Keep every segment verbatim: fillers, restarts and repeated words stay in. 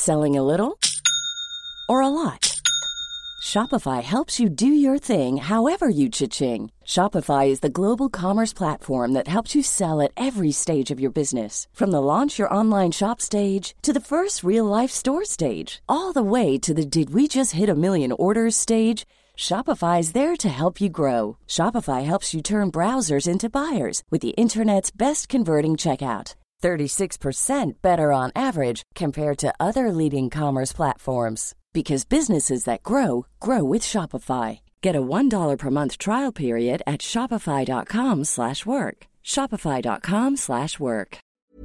Selling a little or a lot? Shopify helps you do your thing however you cha-ching. Shopify is the global commerce platform that helps you sell at every stage of your business. From the launch your online shop stage to the first real-life store stage, all the way to the did we just hit a million orders stage. Shopify is there to help you grow. Shopify helps you turn browsers into buyers with the internet's best converting checkout. thirty-six percent better on average compared to other leading commerce platforms. Because businesses that grow, grow with Shopify. Get a one dollar per month trial period at shopify.com slash work. Shopify.com slash work.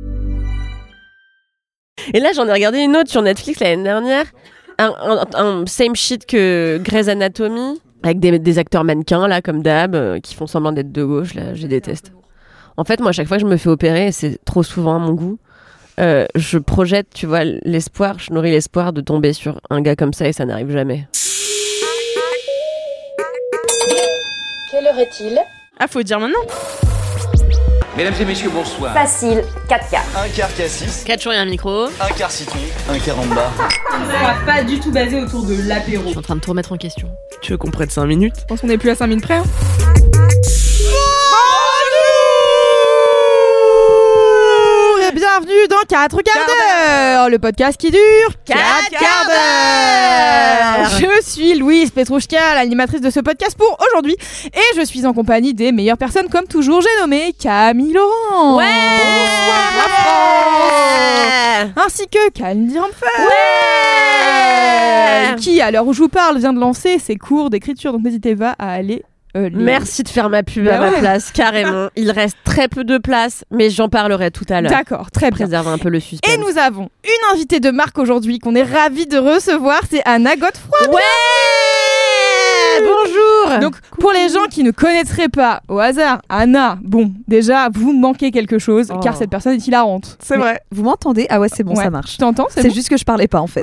Et là, j'en ai regardé une autre sur Netflix l'année dernière. Un, un, un same shit que Grey's Anatomy. Avec des, des acteurs mannequins, là, comme d'hab, euh, qui font semblant d'être de gauche, là, je déteste. En fait, moi, à chaque fois que je me fais opérer, et c'est trop souvent à mon goût, Euh, je projette, tu vois, l'espoir, je nourris l'espoir de tomber sur un gars comme ça et ça n'arrive jamais. Quelle heure est-il ? Ah, faut dire maintenant. Mesdames et messieurs, bonsoir. Facile, quatre quarts. Un quart cassis, quatre jours et un micro. un quart citron, un quart en bas. On va pas du tout basé autour de l'apéro. Je suis en train de tout remettre en question. Tu veux qu'on prenne cinq minutes ? Je pense qu'on est plus à cinq minutes près. Hein. Bienvenue dans quatre quarts d'heure, le podcast qui dure quatre quarts d'heure. Je suis Louise Petrouchka, l'animatrice de ce podcast pour aujourd'hui, et je suis en compagnie des meilleures personnes comme toujours. J'ai nommé Camille Laurent. Ouais. Bonsoir la France. Ainsi que Kalindi Ramphel. Ouais. Qui, à l'heure où je vous parle, vient de lancer ses cours d'écriture, donc n'hésitez pas à aller. Euh, les... Merci de faire ma pub bah à ma ouais. place, carrément. Il reste très peu de place, mais j'en parlerai tout à l'heure. D'accord, très bien. Préserve un peu le suspense. Et nous avons une invitée de marque aujourd'hui qu'on est ravis de recevoir, c'est Anna Godefroy. Ouais. Bonjour. Donc pour les gens qui ne connaîtraient pas au hasard Anna, bon déjà vous manquez quelque chose, Oh. car cette personne est hilarante. C'est Mais- vrai. Vous m'entendez ? Ah ouais, c'est bon, Ouais. ça marche. Tu t'entends ? C'est, C'est bon juste que je parlais pas en fait.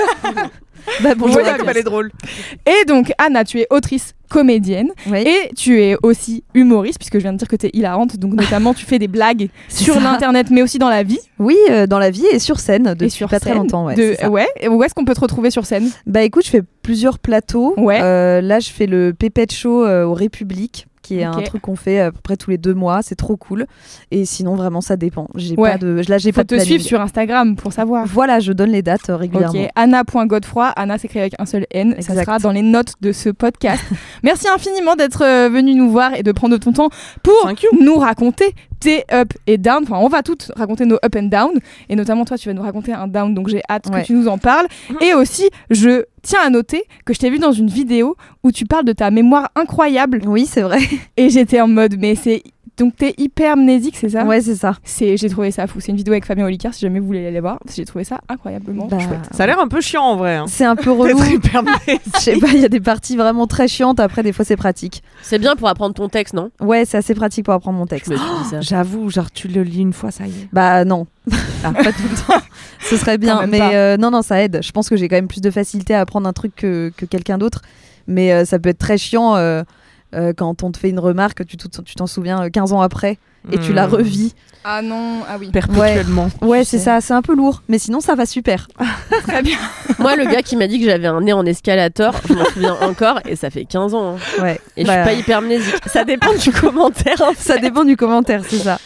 Bah bonjour. Voilà, la comme classe. elle est drôle. Et donc Anna, tu es autrice, comédienne, Oui. et tu es aussi humoriste, puisque je viens de dire que tu es hilarante, donc notamment tu fais des blagues C'est sur ça. l'internet, mais aussi dans la vie. Oui, euh, dans la vie et sur scène depuis et sur pas très scène. longtemps. Ouais, De- c'est ça. ouais. Et où est-ce qu'on peut te retrouver sur scène ? Bah écoute, je fais plusieurs plateaux. Ouais. Euh, là, je fais le Pépette Show euh, au République, qui est Ok. un truc qu'on fait à peu près tous les deux mois. C'est trop cool. Et sinon, vraiment, ça dépend. J'ai Ouais. pas de. Là, j'ai Faut pas de te planning. suivre sur Instagram pour savoir. Voilà, je donne les dates euh, régulièrement. Ok, anna.godefroy, Anna s'écrit avec un seul N, ça Exact. sera dans les notes de ce podcast. Merci infiniment d'être euh, venu nous voir et de prendre de ton temps pour Thank you. nous raconter tes up et down. Enfin, on va toutes raconter nos up and down, et notamment toi, tu vas nous raconter un down, donc j'ai hâte Ouais. que tu nous en parles. Et aussi, je tiens à noter que je t'ai vu dans une vidéo où tu parles de ta mémoire incroyable, Oui, c'est vrai. et j'étais en mode, mais c'est... Donc t'es hyper amnésique, c'est ça ? Ouais, c'est ça. C'est... J'ai trouvé ça fou. C'est une vidéo avec Fabien Olicard, si jamais vous voulez aller voir. J'ai trouvé ça incroyablement Bah, chouette. Ça a l'air un peu chiant en vrai. Hein. C'est un peu relou. D'être hyper Je sais pas, il y a des parties vraiment très chiantes. Après, des fois, c'est pratique. C'est bien pour apprendre ton texte, non ? Ouais, c'est assez pratique pour apprendre mon texte. Je me suis dit ça. J'avoue, genre tu le lis une fois, ça y est. Bah non, Ah, pas tout le temps. Ce serait Quand bien, même mais pas. euh, non, non, ça aide. Je pense que j'ai quand même plus de facilité à apprendre un truc que, que quelqu'un d'autre. Mais euh, ça peut être très chiant euh, euh, quand on te fait une remarque, tu, t- tu t'en souviens euh, quinze ans après et tu la Hmm. revis. Ah non, ah oui. Perpétuellement. Ouais, Je c'est sais. ça, c'est un peu lourd. Mais sinon, ça va super. Très bien. Moi, le gars qui m'a dit que j'avais un nez en escalator, je m'en souviens encore, et ça fait quinze ans. Hein. Ouais. Et Bah, je suis pas hyper amnésique. Ça dépend du commentaire. En fait. Ça dépend du commentaire, c'est ça.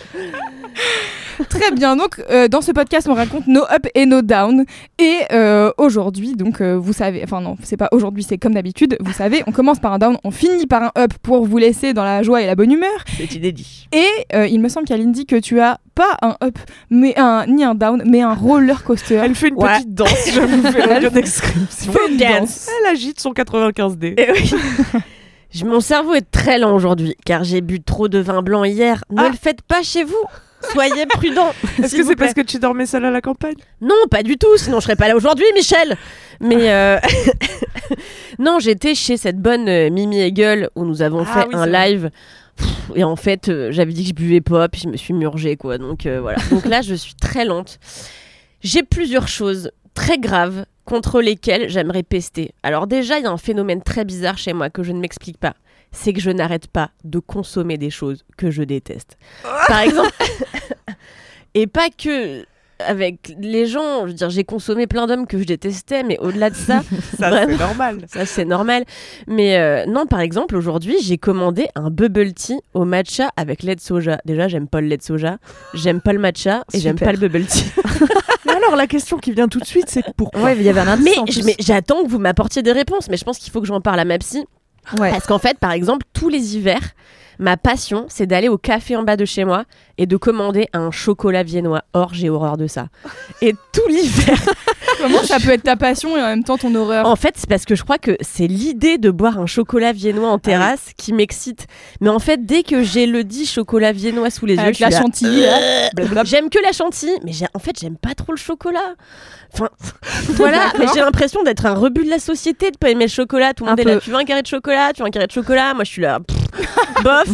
Très bien. Donc, euh, dans ce podcast, on raconte nos up et nos down. Et euh, aujourd'hui, donc, euh, vous savez, enfin non, c'est pas aujourd'hui, c'est comme d'habitude. Vous savez, on commence par un down, on finit par un up pour vous laisser dans la joie et la bonne humeur. C'est inédit. Et euh, il me semble qu'Alindy, que tu as pas un up, mais un ni un down, mais un roller coaster. Elle fait une Ouais. petite danse, je vous fais Elle la fait- description. fait une danse. Elle agite son quatre-vingt-quinze D. Et oui. Je- Mon cerveau est très lent aujourd'hui, car j'ai bu trop de vin blanc hier. Ne Ah. le faites pas chez vous. Soyez prudents. Est-ce s'il que vous c'est plaît. parce que tu dormais seule à la campagne? Non, pas du tout, sinon je serais pas là aujourd'hui, Michel. Mais euh... non, j'étais chez cette bonne euh, Mimi Hegel où nous avons Ah fait oui, un c'est vrai. live. Pff, Et en fait, euh, j'avais dit que je buvais pas, puis je me suis murgée, quoi. Donc euh, voilà. Donc là, je suis très lente. J'ai plusieurs choses très graves contre lesquelles j'aimerais pester. Alors déjà, il y a un phénomène très bizarre chez moi que je ne m'explique pas. C'est que je n'arrête pas de consommer des choses que je déteste. Par exemple, et pas que avec les gens, je veux dire, j'ai consommé plein d'hommes que je détestais, mais au-delà de ça, Ça, vraiment, c'est normal. ça c'est normal. Mais euh, non, par exemple, aujourd'hui, j'ai commandé un bubble tea au matcha avec lait de soja. Déjà, j'aime pas le lait de soja, j'aime pas le matcha et j'aime Super. pas le bubble tea. Mais alors, la question qui vient tout de suite, c'est pourquoi Ouais, mais il y avait un indice mais, en je- plus. mais j'attends que vous m'apportiez des réponses, mais je pense qu'il faut que j'en parle à ma psy. Ouais. Parce qu'en fait, par exemple, tous les hivers, ma passion, c'est d'aller au café en bas de chez moi et de commander un chocolat viennois. Or, j'ai horreur de ça. Et tout l'hiver, Comment ça peut être ta passion et en même temps ton horreur? en fait, c'est parce que je crois que c'est l'idée de boire un chocolat viennois en terrasse qui m'excite. Mais en fait, dès que j'ai le dit chocolat viennois sous les Avec yeux, la je suis là, chantilly, là. Euh, Blablabla. J'aime que la chantilly, mais j'ai- en fait, j'aime pas trop le chocolat. Enfin, voilà, mais j'ai l'impression d'être un rebut de la société, de pas aimer le chocolat. Tout le Un monde est là, peu. tu veux un carré de chocolat, tu veux un carré de chocolat. Moi, je suis là, pff, bof.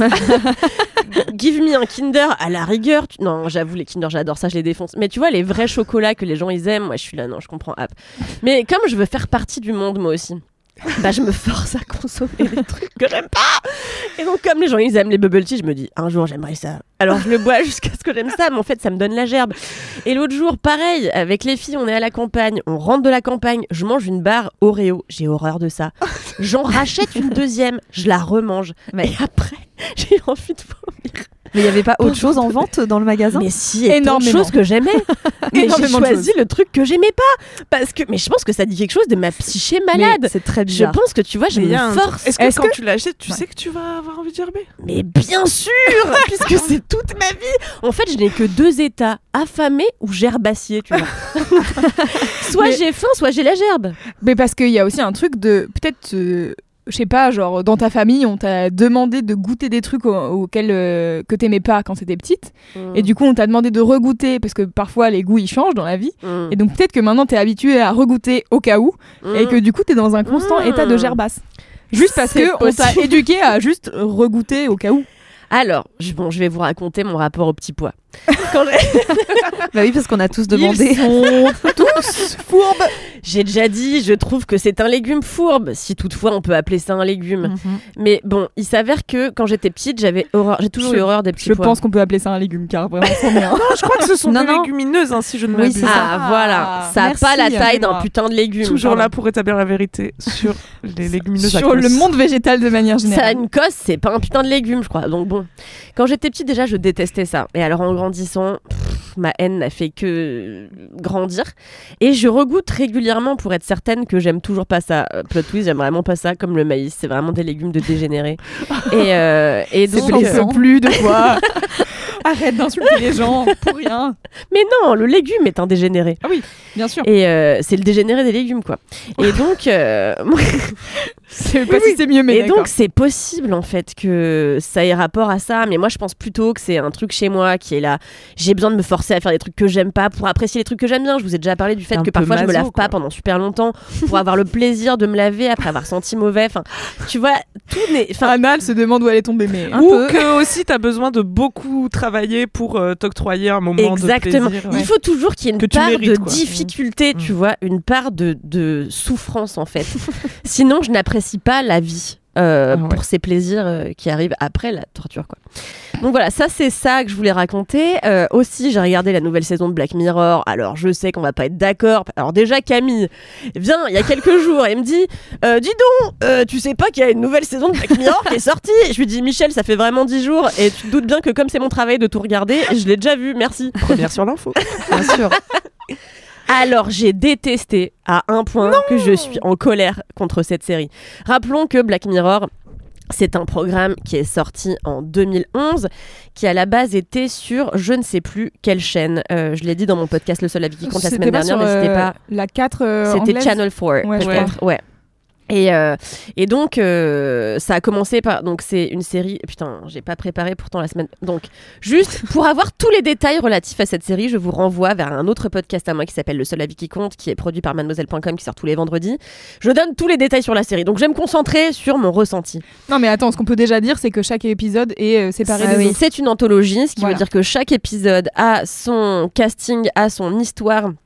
Give me un Kinder à la rigueur. Tu- Non, j'avoue, les Kinder, j'adore ça, je les défonce. Mais tu vois, les vrais chocolats que les gens ils aiment, moi, je suis là, non, je comprends. Hop. Mais comme je veux faire partie du monde, moi aussi. Bah je me force à consommer des trucs que j'aime pas. Et donc comme les gens ils aiment les bubble tea, je me dis un jour j'aimerais ça. Alors je le bois jusqu'à ce que j'aime ça, mais en fait ça me donne la gerbe. Et l'autre jour pareil, avec les filles, on est à la campagne, on rentre de la campagne, je mange une barre Oreo, j'ai horreur de ça. J'en rachète une deuxième, je la remange. Ouais. Et après, j'ai envie de vomir. Mais il n'y avait pas autre chose en vente dans le magasin? Mais si, il y a tant de Énormément. choses que j'aimais. Mais j'ai Énormément de choisi choses. le truc que j'aimais pas parce que mais je pense que ça dit quelque chose de ma psyché malade. Mais c'est très Je bizarre. pense que tu vois, je Mais il y a me un force. truc- Est-ce que Est-ce quand que- tu l'achètes, tu Ouais. sais que tu vas avoir envie de gerber? Mais bien sûr, puisque c'est toute ma vie. En fait, je n'ai que deux états, affamé ou gerbassier, tu vois. Soit Mais- j'ai faim, soit j'ai la gerbe. Mais parce qu'il y a aussi un truc de peut-être, euh, je sais pas, genre dans ta famille, on t'a demandé de goûter des trucs au- auxquels euh, que t'aimais pas quand t'étais petite, et du coup on t'a demandé de regoûter parce que parfois les goûts ils changent dans la vie, Mm. et donc peut-être que maintenant t'es habitué à regoûter au cas où, et que du coup t'es dans un constant Mm. état de gerbasse. Juste parce C'est que on t'a possible. éduqué à juste regoûter au cas où. Alors, je, bon, je vais vous raconter mon rapport au petit pois. Quand j'ai- Bah oui, parce qu'on a tous demandé. Ils sont tous fourbes. j'ai déjà dit, je trouve que c'est un légume fourbe, si toutefois on peut appeler ça un légume. Mhm. Mais bon, il s'avère que quand j'étais petite, j'avais horreur, j'ai toujours Je- eu horreur des petits Je pois. pense qu'on peut appeler ça un légume car vraiment c'en est un. Non, je crois que ce sont Non, des non. légumineuses, hein, si je ne Oui, m'abuse. c'est ça. Ah, voilà, ça a Merci, pas la taille d'un Anna. putain de légume. Toujours Pardon. là pour établir la vérité sur les légumineuses. à Sur le cause. monde végétal de manière Ça a générale. une cosse, c'est pas un putain de légume, je crois. Donc bon, quand j'étais petite déjà, je détestais ça. Et alors en grandissant, pff, ma haine n'a fait que grandir. Et je regoute régulièrement pour être certaine que j'aime toujours pas ça. Euh, Plot twist, j'aime vraiment pas ça, comme le maïs. C'est vraiment des légumes de dégénérés. et, euh, et C'est donc, j'en euh, peux plus de quoi. Arrête d'insulter les gens pour rien. mais non, le légume est un dégénéré. Bien sûr. Et euh, c'est le dégénéré des légumes, quoi. Et donc, euh, moi- Je sais pas si c'est mieux, mais et d'accord. donc c'est possible en fait que ça ait rapport à ça, mais moi je pense plutôt que c'est un truc chez moi qui est là. J'ai besoin de me forcer à faire des trucs que j'aime pas pour apprécier les trucs que j'aime bien. Je vous ai déjà parlé du fait Un que peu parfois je me maso, lave pas quoi. pendant super longtemps pour avoir le plaisir de me laver après avoir senti mauvais. Enfin, tu vois, tout n'est. Enfin, Anna elle se demande où elle est tombée, mais Un Ou peu. que aussi t'as besoin de beaucoup travailler pour euh, t'octroyer un moment exactement. de plaisir. Il faut toujours qu'il y ait une Que tu part mérites, de quoi. difficulté, tu Mm. vois, une part de, de souffrance en fait. Sinon, je n'apprécie pas la vie. euh, Ah ouais. pour ces plaisirs euh, qui arrivent après la torture quoi. Donc voilà, ça c'est ça que je voulais raconter. Euh, aussi j'ai regardé la nouvelle saison de Black Mirror. Alors je sais qu'on va pas être d'accord. Alors déjà Camille vient il y a quelques jours et me dit euh, dis donc euh, tu sais pas qu'il y a une nouvelle saison de Black Mirror qui est sortie. Et je lui dis Michel ça fait vraiment dix jours et tu te doutes bien que comme c'est mon travail de tout regarder je l'ai déjà vu, merci. Première sur l'info. Bien sûr. Alors j'ai détesté à un point que je suis en colère contre cette série. Rappelons que Black Mirror, c'est un programme qui est sorti en deux mille onze, qui à la base était sur je ne sais plus quelle chaîne. Euh, je l'ai dit dans mon podcast Le Seul Avis qui compte la C'était semaine pas dernière, sur, n'hésitez euh, pas. La quatre euh, C'était anglaise. Channel quatre, Ouais, je peut-être. Ouais. Et, euh, et donc, euh, ça a commencé par. Donc, c'est une série. Putain, j'ai pas préparé pourtant la semaine. Donc, juste pour avoir tous les détails relatifs à cette série, je vous renvoie vers un autre podcast à moi qui s'appelle Le Seul Avis qui compte, qui est produit par mademoiselle point com, qui sort tous les vendredis. Je donne tous les détails sur la série. Donc, je vais me concentrer sur mon ressenti. Non mais attends, ce qu'on peut déjà dire, c'est que chaque épisode est euh, séparé Ah des oui. autres. C'est une anthologie, ce qui Voilà. veut dire que chaque épisode a son casting, a son histoire,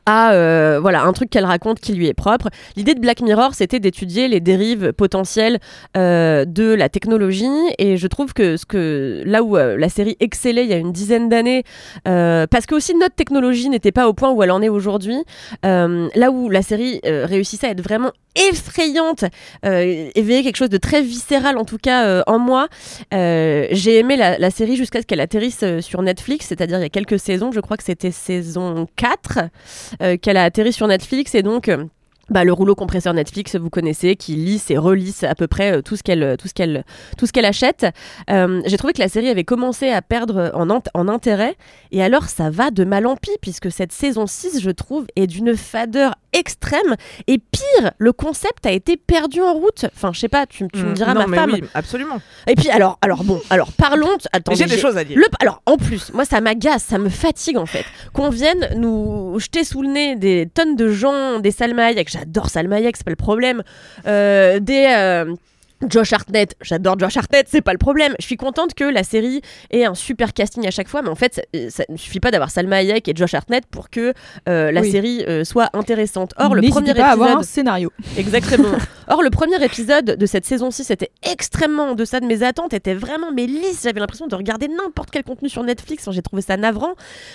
à euh, voilà, un truc qu'elle raconte qui lui est propre. L'idée de Black Mirror, c'était d'étudier les dérives potentielles euh, de la technologie, et je trouve que, ce que là où euh, la série excellait il y a une dizaine d'années, euh, parce que aussi notre technologie n'était pas au point où elle en est aujourd'hui, euh, là où la série euh, réussissait à être vraiment effrayante, euh, éveiller quelque chose de très viscéral en tout cas euh, en moi, euh, j'ai aimé la, la série jusqu'à ce qu'elle atterrisse euh, sur Netflix, c'est-à-dire il y a quelques saisons, je crois que c'était saison quatre, euh, qu'elle a atterri sur Netflix, et donc euh, bah, le rouleau compresseur Netflix, vous connaissez, qui lisse et relisse à peu près euh, tout ce qu'elle, tout ce qu'elle, tout ce qu'elle achète. Euh, j'ai trouvé que la série avait commencé à perdre en, int- en intérêt, et alors ça va de mal en pis, puisque cette saison six, je trouve, est d'une fadeur extrême, et pire, le concept a été perdu en route. Enfin, je sais pas, tu, tu Mmh, me diras, non, ma mais femme. Oui, absolument. Et puis alors, alors bon, alors parlons. Attends, J'ai des choses à dire. Le, alors en plus, moi ça m'agace, ça me fatigue en fait, qu'on vienne nous jeter sous le nez des tonnes de gens, des Salma Hayek, j'adore Salma Hayek, c'est pas le problème, euh, des euh, Josh Hartnett, j'adore Josh Hartnett, c'est pas le problème. Je suis contente que la série ait un super casting à chaque fois, mais en fait, ça, ça ne suffit pas d'avoir Salma Hayek et Josh Hartnett pour que euh, la Oui. série euh, soit intéressante. Or, le N'hésitez premier pas à épisode... avoir un scénario. Exactement. Or, le premier épisode de cette saison six était extrêmement en deçà de mes attentes, était vraiment mais lisse. J'avais l'impression de regarder n'importe quel contenu sur Netflix. Enfin, j'ai trouvé ça navrant.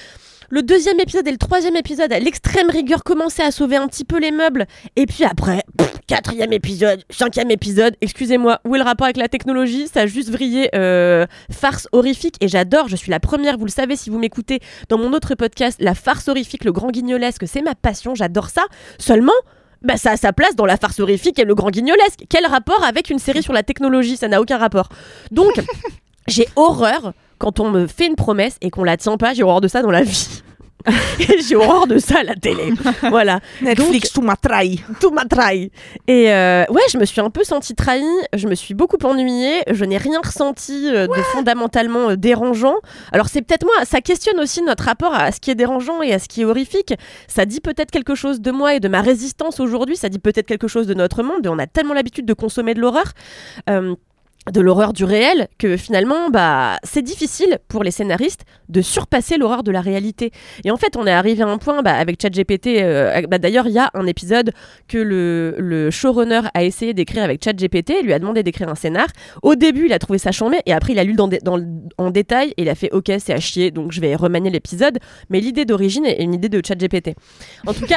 Le deuxième épisode et le troisième épisode, à l'extrême rigueur, commençaient à sauver un petit peu les meubles. Et puis après, pff, quatrième épisode, cinquième épisode, excusez-moi, où est le rapport avec la technologie ? Ça a juste vrillé, euh, farce horrifique. Et j'adore, je suis la première, vous le savez si vous m'écoutez, dans mon autre podcast, la farce horrifique, le grand guignolesque, c'est ma passion, j'adore ça. Seulement... bah ça a sa place dans la farce horrifique et le grand guignolesque. Quel rapport avec une série sur la technologie ? Ça n'a aucun rapport. Donc, j'ai horreur quand on me fait une promesse et qu'on la tient pas. J'ai horreur de ça dans la vie. Et j'ai horreur de ça à la télé. Voilà. Netflix, tout m'a trahi. Tout m'a trahi. Et euh, ouais, je me suis un peu sentie trahie. Je me suis beaucoup ennuyée. Je n'ai rien ressenti euh, de fondamentalement euh, dérangeant. Alors c'est peut-être moi. Ça questionne aussi notre rapport à ce qui est dérangeant et à ce qui est horrifique. Ça dit peut-être quelque chose de moi et de ma résistance aujourd'hui. Ça dit peut-être quelque chose de notre monde. Et on a tellement l'habitude de consommer de l'horreur. Euh, de l'horreur du réel, que finalement bah, c'est difficile pour les scénaristes de surpasser l'horreur de la réalité. Et en fait on est arrivé à un point bah, avec ChatGPT, euh, bah, d'ailleurs il y a un épisode que le, le showrunner a essayé d'écrire avec ChatGPT, il lui a demandé d'écrire un scénar. Au début il a trouvé ça chambé et après il a lu dans dé- dans, en détail et il a fait ok c'est à chier donc je vais remanier l'épisode, mais l'idée d'origine est une idée de ChatGPT. En tout cas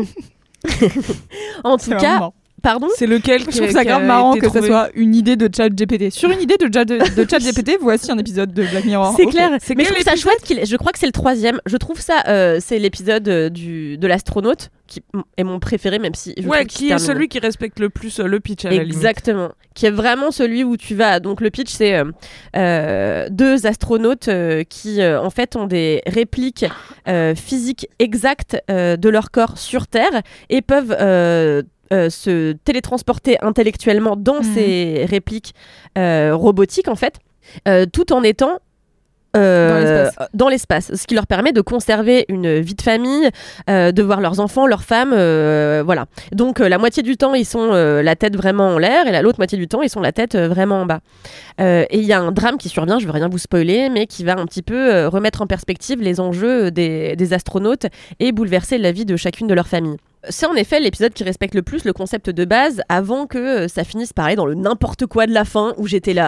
en tout C'est cas marrant. Pardon ? C'est lequel Je trouve ça grave marrant que ça soit une idée de ChatGPT. Sur une idée de, Chat- de ChatGPT, voici un épisode de Black Mirror. C'est Ok. clair, C'est mais je quel trouve ça épisode chouette qu'il est- je crois que c'est le troisième. Je trouve ça, euh, c'est l'épisode euh, du de l'astronaute qui est mon préféré, même si je Ouais, trouve qui qu'il est termine- celui qui respecte le plus euh, le pitch à la limite. Exactement, qui est vraiment celui où tu vas. Donc le pitch, c'est euh, euh, deux astronautes euh, qui euh, en fait ont des répliques euh, physiques exactes euh, de leur corps sur Terre et peuvent euh, euh, se télétransporter intellectuellement dans Mhm. ces répliques euh, robotiques en fait, euh, tout en étant euh, Dans l'espace. dans l'espace, ce qui leur permet de conserver une vie de famille, euh, de voir leurs enfants, leurs femmes, euh, voilà. Donc euh, la moitié du temps ils sont euh, la tête vraiment en l'air et la l'autre moitié du temps ils sont la tête euh, vraiment en bas. Euh, et il y a un drame qui survient, je veux rien vous spoiler, mais qui va un petit peu euh, remettre en perspective les enjeux des, des astronautes et bouleverser la vie de chacune de leurs familles. C'est en effet l'épisode qui respecte le plus le concept de base avant que euh, ça finisse par aller dans le n'importe quoi de la fin où j'étais là.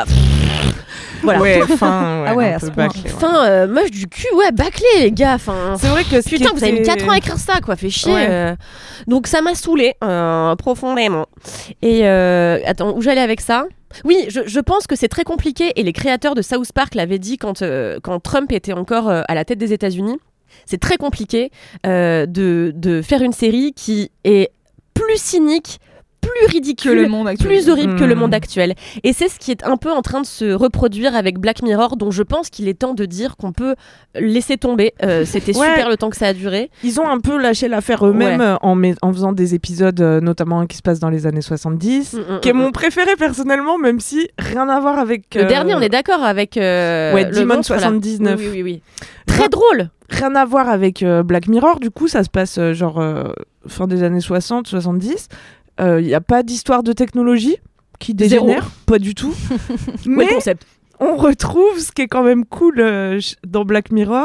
Voilà. Ouais, fin, ouais, Ah ouais, un à peu ce point. bâclé, ouais. Fin euh, moche du cul, ouais, bâclé les gars. Enfin, C'est vrai que ce putain, qui vous avez mis était- quatre ans à écrire ça, quoi, fait chier. Ouais. euh. Donc ça m'a saoulé euh, profondément. Et euh, attends, où j'allais avec ça ? Oui, je, je pense que c'est très compliqué et les créateurs de South Park l'avaient dit quand, euh, quand Trump était encore euh, à la tête des États-Unis. C'est très compliqué euh, de, de faire une série qui est plus cynique, plus ridicule, Que le monde actuel. plus horrible que le Hmm. monde actuel. Et c'est ce qui est un peu en train de se reproduire avec Black Mirror, dont je pense qu'il est temps de dire qu'on peut laisser tomber. Euh, C'était Ouais. super le temps que ça a duré. Ils ont un peu lâché l'affaire eux-mêmes Ouais. euh, en, met- en faisant des épisodes, euh, notamment un qui se passe dans les années soixante-dix, Mm, mm, qui est mm, mon mm. préféré personnellement, même si rien à voir avec... Le euh, dernier, on est d'accord avec euh, Ouais, le Demon monstre, là. soixante-dix-neuf. Oui, oui, oui, oui. Très drôle. Rien à voir avec euh, Black Mirror, du coup ça se passe euh, genre euh, fin des années soixante soixante-dix. Il n'y a pas d'histoire de technologie qui Zéro. dégénère, pas du tout. Ouais, Mais le concept. on retrouve ce qui est quand même cool euh, ch- dans Black Mirror,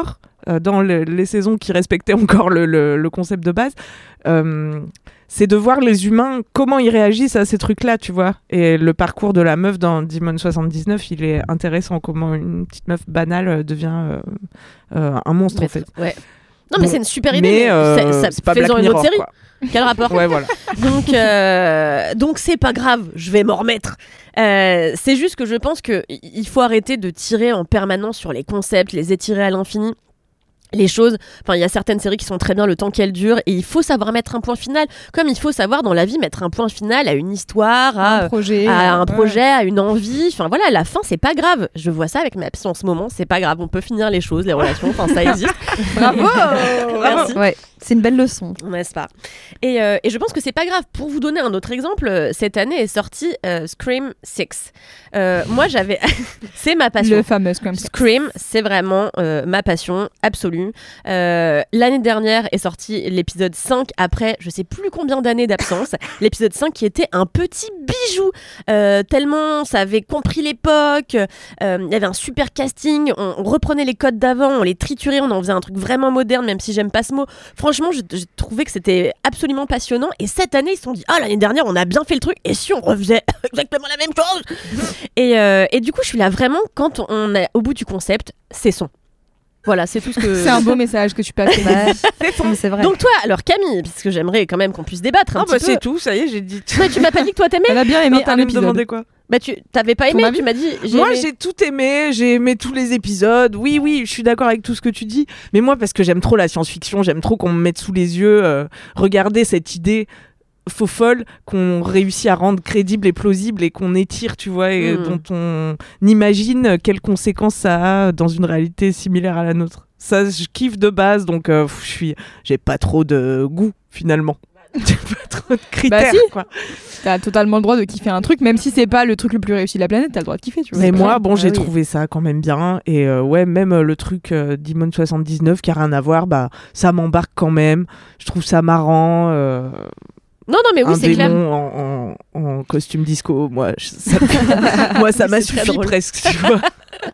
euh, dans le, les saisons qui respectaient encore le, le, le concept de base. Euh, c'est de voir les humains, comment ils réagissent à ces trucs-là, tu vois. Et le parcours de la meuf dans Demon soixante-dix-neuf, il est intéressant, comment une petite meuf banale devient euh, euh, un monstre, mais en fait. Ouais. Non, mais bon, c'est une super idée. Mais, mais euh, ça, ça c'est pas faisant Black une autre Mirror, série. quoi. Quel rapport? Ouais, voilà. Donc, euh, donc c'est pas grave, je vais m'en remettre. Euh, c'est juste que je pense qu'il faut arrêter de tirer en permanence sur les concepts, les étirer à l'infini. Les choses, enfin il y a certaines séries qui sont très bien le temps qu'elles durent et il faut savoir mettre un point final, comme il faut savoir dans la vie mettre un point final à une histoire, à un projet, à un ouais. projet, à une envie. Enfin voilà, la fin c'est pas grave. Je vois ça avec ma psy en ce moment, c'est pas grave. On peut finir les choses, les relations. Enfin ça existe. Bravo. Merci. Ouais, c'est une belle leçon. N'est-ce pas? Et, euh, et je pense que c'est pas grave. Pour vous donner un autre exemple, euh, cette année est sorti euh, Scream six. Euh, moi j'avais, c'est ma passion. Le fameux Scream six. Scream, c'est vraiment euh, ma passion absolue. Euh, l'année dernière est sorti l'épisode cinq après je sais plus combien d'années d'absence. L'épisode cinq qui était un petit bijou, euh, tellement ça avait compris l'époque. Il euh, y avait un super casting, on, on reprenait les codes d'avant, on les triturait, on en faisait un truc vraiment moderne, même si j'aime pas ce mot. Franchement, j'ai, j'ai trouvé que c'était absolument passionnant. Et cette année, ils se sont dit, ah, l'année dernière, on a bien fait le truc, et si on refaisait exactement la même chose? et, euh, et du coup, je suis là vraiment, quand on est au bout du concept, c'est son. Voilà, c'est tout ce que... C'est un beau message que tu passes. Bah, c'est vrai. Donc toi, alors Camille, parce que j'aimerais quand même qu'on puisse débattre un Ah petit bah peu. c'est tout, ça y est, j'ai dit. Ouais, tu m'as pas dit que toi t'aimais? Elle a bien aimé Non, un t'allais me épisode. demander quoi? Bah tu t'avais pas Ton aimé, avis? tu m'as dit j'ai Moi, aimé. j'ai tout aimé, j'ai aimé tous les épisodes. Oui, oui, je suis d'accord avec tout ce que tu dis. Mais moi, parce que j'aime trop la science-fiction, j'aime trop qu'on me mette sous les yeux, euh, regarder cette idée faux folle qu'on réussit à rendre crédible et plausible et qu'on étire, tu vois, et Mm. dont on imagine quelles conséquences ça a dans une réalité similaire à la nôtre. Ça, je kiffe de base, donc euh, je suis, j'ai pas trop de goût finalement. J'ai pas trop de critères, Bah si. quoi. T'as totalement le droit de kiffer un truc, même si c'est pas le truc le plus réussi de la planète, t'as le droit de kiffer, tu vois. Mais C'est moi, vrai. bon, j'ai Ah oui. trouvé ça quand même bien. Et euh, ouais, même euh, le truc euh, Demon soixante-dix-neuf qui a rien à voir, bah, ça m'embarque quand même. Je trouve ça marrant. Euh, Non non mais oui un c'est clair. démon en, en, en costume disco, moi, je- ça, moi, ça m'a C'est très suffi drôle. presque, tu vois.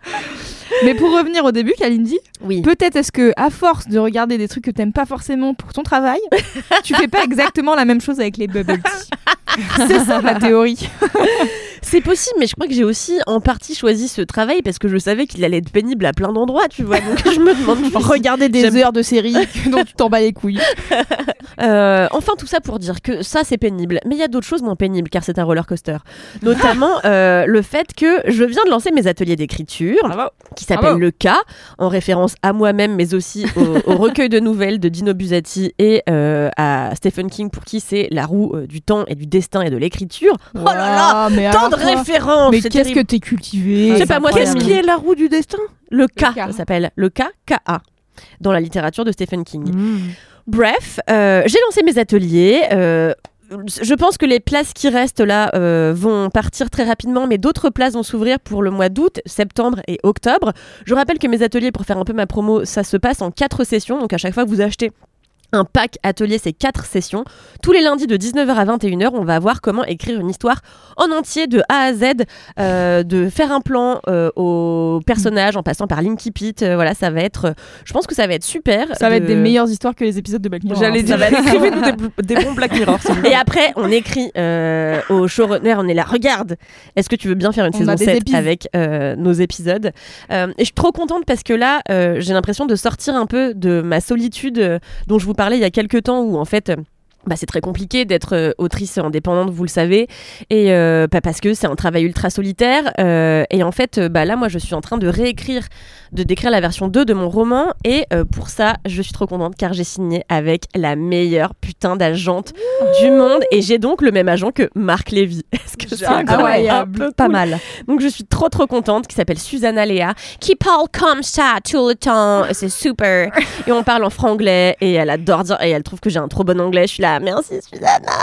Mais pour revenir au début, Kalindi, Oui. peut-être est-ce que à force de regarder des trucs que t'aimes pas forcément pour ton travail, tu fais pas exactement la même chose avec les bubble tea. C'est ça ma théorie. C'est possible, mais je crois que j'ai aussi en partie choisi ce travail parce que je savais qu'il allait être pénible à plein d'endroits, tu vois. Donc je me demande. Regarder des J'aime- heures de série dont tu t'en bats les couilles. Euh, enfin, tout ça pour dire que ça, c'est pénible. Mais il y a d'autres choses moins pénibles, car c'est un roller coaster. Notamment euh, le fait que je viens de lancer mes ateliers d'écriture, Bravo. qui s'appellent Bravo. Le Cas, en référence à moi-même, mais aussi au, au recueil de nouvelles de Dino Buzzati et euh, à Stephen King, pour qui c'est la roue euh, du temps et du destin et de l'écriture. Oh là là, Waouh, mais tant alors de toi, références. Mais c'est qu'est-ce que terrible. t'es cultivé. Je sais pas, moi, Qu'est-ce c'est qui est la roue du destin? Le Cas, Cas. ça s'appelle Le Cas, K A, dans la littérature de Stephen King. Mmh. Bref, euh, j'ai lancé mes ateliers. euh, je pense que les places qui restent là euh, vont partir très rapidement, mais d'autres places vont s'ouvrir pour le mois d'août, septembre et octobre. Je rappelle que mes ateliers, pour faire un peu ma promo, ça se passe en quatre sessions. Donc à chaque fois que vous achetez un pack atelier, c'est quatre sessions. Tous les lundis de dix-neuf heures à vingt et une heures, on va voir comment écrire une histoire en entier de A à Z, euh, de faire un plan euh, au personnage en passant par l'Inkipit. Euh, voilà, ça va être. Je pense que ça va être super. Ça va de- être des meilleures histoires que les épisodes de Black Mirror. J'allais hein. dire, va être- écrivez-nous des, des bons Black Mirror. s'il vous plaît. Et après, on écrit euh, au showrunner, on est là, regarde, est-ce que tu veux bien faire une On saison a des sept épis. avec euh, nos épisodes Euh, Et je suis trop contente parce que là, euh, j'ai l'impression de sortir un peu de ma solitude euh, dont je vous parlais il y a quelques temps, où en fait... euh, bah, c'est très compliqué d'être euh, autrice indépendante, vous le savez, et euh, bah, parce que c'est un travail ultra solitaire. euh, et en fait, euh, bah, là, moi, je suis en train de réécrire, de décrire la version deux de mon roman. Et euh, pour ça, je suis trop contente car j'ai signé avec la meilleure putain d'agente du monde. Et j'ai donc le même agent que Marc Lévy. Est-ce que c'est Incroyable. un peu Pas cool. mal. Donc je suis trop trop contente, qui s'appelle Susanna Léa, qui parle comme ça tout le temps. C'est super. Et on parle en franglais et elle adore dire, et elle trouve que j'ai un trop bon anglais. Je suis là, merci Susanna.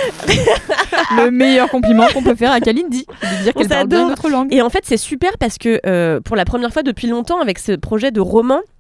Le meilleur compliment qu'on peut faire à Kalindi, c'est de dire On qu'elle parle bien s'adore. notre langue. Et en fait, c'est super parce que euh, pour la première fois depuis longtemps, avec ce projet de roman,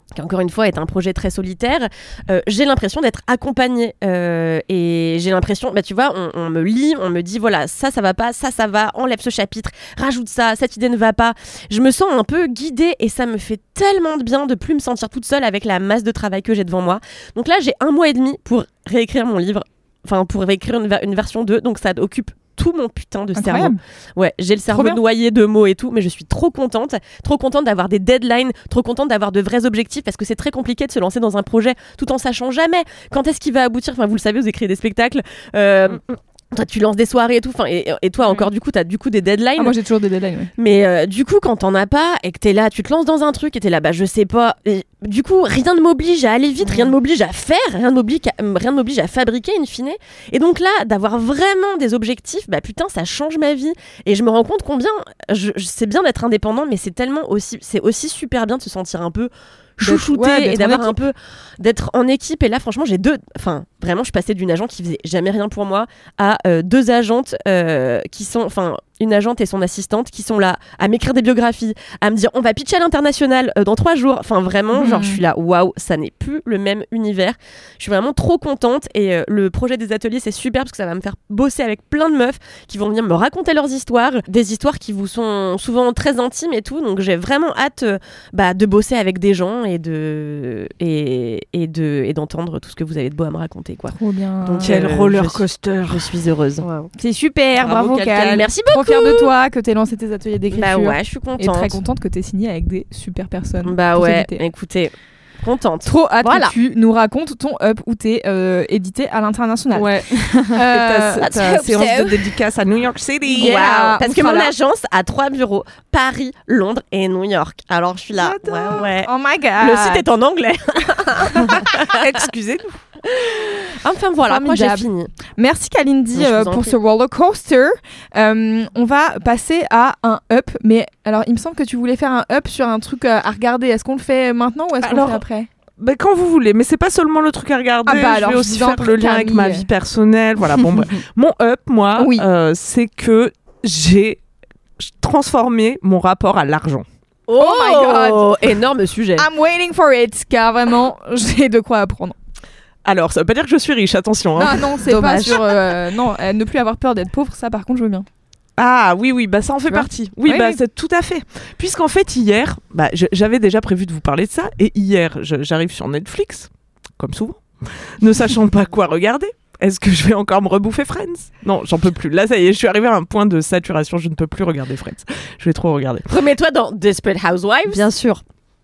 qui encore une fois est un projet très solitaire, euh, j'ai l'impression d'être accompagnée euh, et j'ai l'impression, bah tu vois, on, on me lit, on me dit voilà, ça ça va pas, ça ça va, enlève ce chapitre, rajoute ça, cette idée ne va pas. Je me sens un peu guidée et ça me fait tellement de bien de plus me sentir toute seule avec la masse de travail que j'ai devant moi. Donc là j'ai un mois et demi pour réécrire mon livre, enfin pour réécrire une, ver- une version deux, donc ça occupe tout mon putain de cerveau. Incroyable. Ouais, j'ai le cerveau bien. noyé de mots et tout, mais je suis trop contente, trop contente d'avoir des deadlines, trop contente d'avoir de vrais objectifs parce que c'est très compliqué de se lancer dans un projet tout en sachant jamais quand est-ce qu'il va aboutir. Enfin, vous le savez, vous écrivez des spectacles. Euh, Toi, tu lances des soirées et tout, enfin, et, et toi encore, du coup, t'as du coup des deadlines. Ah, moi j'ai toujours des deadlines. Ouais. Mais euh, du coup, quand t'en as pas et que t'es là, tu te lances dans un truc et t'es là, bah je sais pas. Et, du coup, rien ne m'oblige à aller vite, rien ne m'oblige à faire, rien ne m'oblige à, rien ne m'oblige à fabriquer in fine. Et donc là, d'avoir vraiment des objectifs, bah putain, ça change ma vie. Et je me rends compte combien, je, je, c'est bien d'être indépendant, mais c'est tellement aussi, c'est aussi super bien de se sentir un peu chouchouté ouais, d'être et d'avoir en un peu d'être en équipe. Et là franchement j'ai deux, enfin vraiment je suis passée d'une agent qui faisait jamais rien pour moi à euh, deux agentes euh, qui sont, enfin une agente et son assistante qui sont là à m'écrire des biographies, à me dire on va pitcher à l'international euh, dans trois jours. Enfin vraiment, mmh. genre je suis là, waouh, ça n'est plus le même univers. Je suis vraiment trop contente et euh, le projet des ateliers c'est super parce que ça va me faire bosser avec plein de meufs qui vont venir me raconter leurs histoires, des histoires qui vous sont souvent très intimes et tout. Donc j'ai vraiment hâte euh, bah, de bosser avec des gens et de et, et de et d'entendre tout ce que vous avez de beau à me raconter quoi. Trop bien. Donc Quel euh, roller je suis- coaster. Je suis heureuse. C'est super, bravo, Cal Cal. Cal. Merci Trop beaucoup. fière de toi que t'aies lancé tes ateliers d'écriture. Bah ouais, je suis contente. Et très contente que t'aies signé avec des super personnes. Bah pour ouais, t'éditer. écoutez, contente. Trop hâte Voilà. que tu nous racontes ton up où t'es euh, édité à l'international. Ouais. Euh, ta, ta hope séance so. de dédicace à New York City. Yeah. Wow. Parce on que sera mon là. agence a trois bureaux, Paris, Londres et New York. Alors je suis là. Ouais, ouais. Oh my god. Le site est en anglais. Excusez-nous. Enfin voilà, moi j'ai Formidable. fini. Merci Kalindi Je vous euh, en pour prie. ce roller coaster. Euh, on va passer à un up, mais alors il me semble que tu voulais faire un up sur un truc euh, à regarder. Est-ce qu'on le fait maintenant ou est-ce qu'on le Alors, fait après? Bah, quand vous voulez, mais c'est pas seulement le truc à regarder. Ah bah alors, je vais je aussi vous en faire prie, le lien avec ma Camille. vie personnelle. Voilà, bon, bref. Mon up, moi, Oui. euh, c'est que j'ai transformé mon rapport à l'argent. Oh, my God. Énorme sujet. I'm waiting for it, car vraiment j'ai de quoi apprendre. Alors, ça veut pas dire que je suis riche, attention. Hein. Non, non, c'est pas Dommage. sur. euh, non, euh, ne plus avoir peur d'être pauvre, ça par contre je veux bien. Ah oui, oui, bah ça en fait Tu vois partie. Oui, Oui, bah oui. c'est tout à fait. Puisqu'en fait, hier, bah, je- j'avais déjà prévu de vous parler de ça, et hier, je- j'arrive sur Netflix, comme souvent, ne sachant pas quoi regarder. Est-ce que je vais encore me rebouffer Friends? Non, j'en peux plus. Là, ça y est, je suis arrivée à un point de saturation, je ne peux plus regarder Friends. Je vais trop regarder. Remets-toi dans Desperate Housewives. Bien sûr.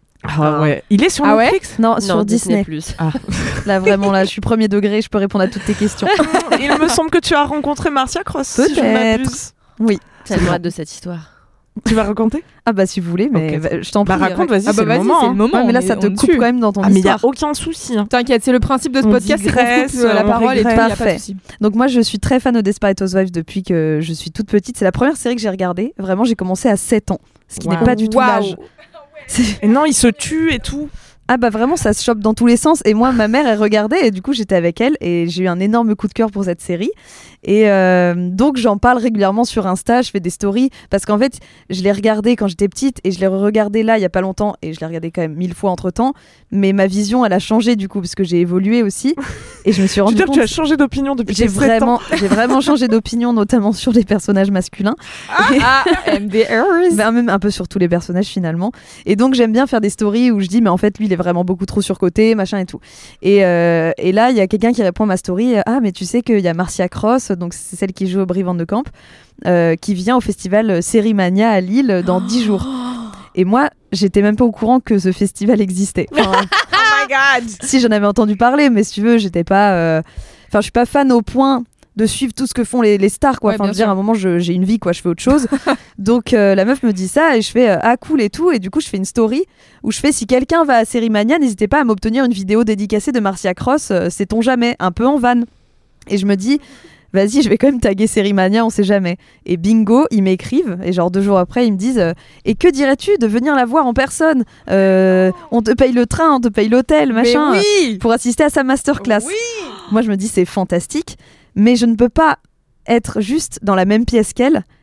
Ah ouais. Il est sur Ah ouais Netflix? Non, Non, sur Disney. Plus. Là, vraiment, là, je suis premier degré, je peux répondre à toutes tes questions. Il me semble que tu as rencontré Marcia Cross, si je ne Peut-être. m'abuse. Oui. Tellement hâte de cette histoire. Tu vas raconter? Ah bah si vous voulez, mais Ok. bah, je t'en Bah prie. raconte, euh, vas-y, Ah c'est bah le vas-y, moment. c'est hein. le moment. Ouais, mais là, on ça est- te on est coupe dessus. quand même dans ton Ah, mais il n'y a histoire. aucun souci. hein. T'inquiète, c'est le principe de ce On podcast, c'est qu'on digresse, coupe euh, la on parole et tout, il régresse. y a pas de Parfait. souci. Donc moi, je suis très fan de Desperate Housewives depuis que je suis toute petite. C'est la première série que j'ai regardée. Vraiment, j'ai commencé à sept ans, ce qui Wow. n'est pas du tout Waouh. l'âge. C'est- Et non, il se tue et tout. Ah bah vraiment, ça se chope dans tous les sens. Et moi, ma mère, elle regardait et du coup, j'étais avec elle et j'ai eu un énorme coup de cœur pour cette série. Et euh, donc, j'en parle régulièrement sur Insta, je fais des stories parce qu'en fait, je l'ai regardée quand j'étais petite et je l'ai regardée là il y a pas longtemps et je l'ai regardée quand même mille fois entre temps. Mais ma vision, elle a changé du coup parce que j'ai évolué aussi et je me suis Je veux rendu dire que compte. tu as changé d'opinion depuis J'ai tes sept ans. vraiment, j'ai vraiment changé d'opinion, notamment sur les personnages masculins. Ah, M D R. Ben, même un peu sur tous les personnages finalement. Et donc j'aime bien faire des stories où je dis mais en fait lui il est vraiment beaucoup trop surcoté, machin et tout. Et, euh, et là il y a quelqu'un qui répond à ma story, ah mais tu sais qu'il y a Marcia Cross, donc c'est celle qui joue au Brie Van de Camp, euh, qui vient au festival Sérimania à Lille dans dix jours. Et moi j'étais même pas au courant que ce festival existait. Enfin, Oh my god! si j'en avais entendu parler, mais si tu veux j'étais pas, euh, enfin je suis pas fan au point de suivre tout ce que font les, les stars quoi. Ouais, Enfin bien je veux dire sûr. à un moment je- j'ai une vie quoi, je fais autre chose. Donc euh, la meuf me dit ça et je fais euh, ah cool et tout et du coup je fais une story où je fais si quelqu'un va à Sérimania n'hésitez pas à m'obtenir une vidéo dédicacée de Marcia Cross, euh, sait-on jamais, un peu en vanne. Et je me dis vas-y je vais quand même taguer Sérimania, on sait jamais. Et bingo ils m'écrivent et genre deux jours après ils me disent euh, et que dirais-tu de venir la voir en personne. Euh, on te paye le train, on te paye l'hôtel machin Mais oui. pour assister à sa masterclass. Moi, je me dis, c'est fantastique, mais je ne peux pas être juste dans la même pièce qu'elle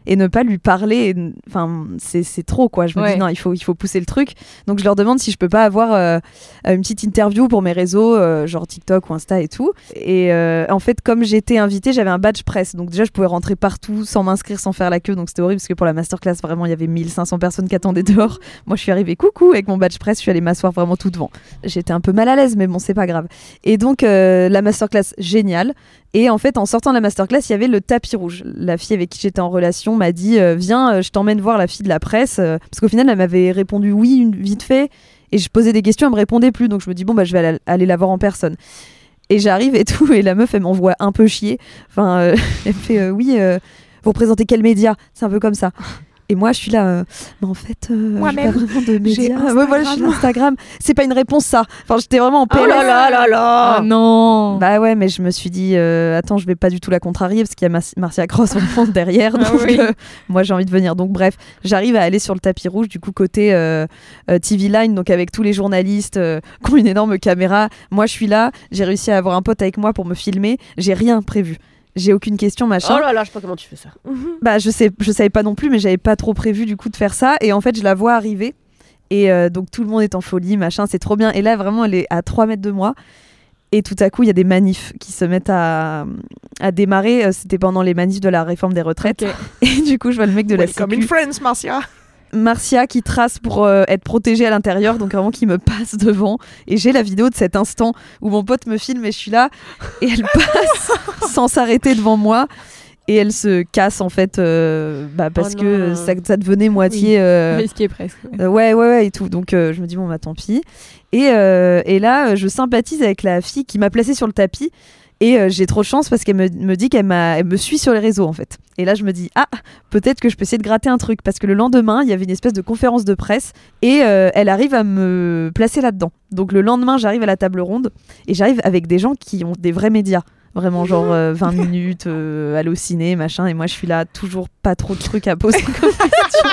et ne pas lui parler. Enfin, c'est, c'est trop, quoi. Je me Ouais. dis, non, il faut, il faut pousser le truc. Donc, je leur demande si je peux pas avoir euh, une petite interview pour mes réseaux, euh, genre TikTok ou Insta et tout. Et euh, en fait, comme j'étais invitée, j'avais un badge presse. Donc, déjà, je pouvais rentrer partout sans m'inscrire, sans faire la queue. Donc, c'était horrible parce que pour la masterclass, vraiment, il y avait mille cinq cents personnes qui attendaient dehors. Moi, je suis arrivée coucou avec mon badge presse. Je suis allée m'asseoir vraiment tout devant. J'étais un peu mal à l'aise, mais bon, c'est pas grave. Et donc, euh, la masterclass, géniale. Et en fait, en sortant de la masterclass, il y avait le tapis rouge. La fille avec qui j'étais en relation m'a dit euh, viens, euh, je t'emmène voir la fille de la presse. euh, parce qu'au final, elle m'avait répondu oui, une, vite fait. Et je posais des questions, elle me répondait plus. Donc je me dis bon, bah, je vais aller, aller la voir en personne. Et j'arrive et tout. Et la meuf, elle m'envoie un peu chier. Enfin, euh, elle me fait euh, oui, euh, vous représentez quel média ? C'est un peu comme ça. Et moi, je suis là, euh, mais en fait, euh, j'ai pas vraiment de médias. Ouais, voilà, je suis Instagram. C'est pas une réponse, ça. Enfin, j'étais vraiment en P L S. Oh là là là là Ah non. Bah ouais, mais je me suis dit, euh, attends, je vais pas du tout la contrarier parce qu'il y a Mar- Marcia Cross en fond derrière. Ah Donc, oui. euh, moi, j'ai envie de venir. Donc, bref, j'arrive à aller sur le tapis rouge, du coup, côté euh, euh, T V Line, donc avec tous les journalistes euh, qui ont une énorme caméra. Moi, je suis là. J'ai réussi à avoir un pote avec moi pour me filmer. J'ai rien prévu. J'ai aucune question, machin. Oh là là, je sais pas comment tu fais ça. Bah, je sais, je savais pas non plus, mais j'avais pas trop prévu du coup de faire ça. Et en fait, je la vois arriver. Et euh, donc, tout le monde est en folie, machin, c'est trop bien. Et là, vraiment, elle est à trois mètres de moi. Et tout à coup, il y a des manifs qui se mettent à, à démarrer. Euh, C'était pendant les manifs de la réforme des retraites. Ok. Et du coup, je vois le mec de la Welcome in Sécu, France, Marcia. Marcia, qui trace pour euh, être protégée à l'intérieur. Donc, vraiment, qui me passe devant. Et j'ai la vidéo de cet instant où mon pote me filme et je suis là. Et elle passe sans s'arrêter devant moi. Et elle se casse en fait euh, bah, parce Oh que non. ça, ça devenait moitié euh, Risqué presque. euh, ouais ouais ouais et tout. Donc euh, je me dis bon bah tant pis. Et, euh, et là euh, je sympathise avec la fille qui m'a placée sur le tapis. Et euh, j'ai trop de chance parce qu'elle me, me dit qu'elle m'a, elle me suit sur les réseaux en fait. Et là je me dis ah peut-être que je peux essayer de gratter un truc parce que le lendemain il y avait une espèce de conférence de presse et euh, elle arrive à me placer là-dedans. Donc le lendemain j'arrive à la table ronde et j'arrive avec des gens qui ont des vrais médias. Vraiment genre euh, vingt minutes, euh, aller au ciné, machin. Et moi je suis là, toujours pas trop de trucs à poser comme question.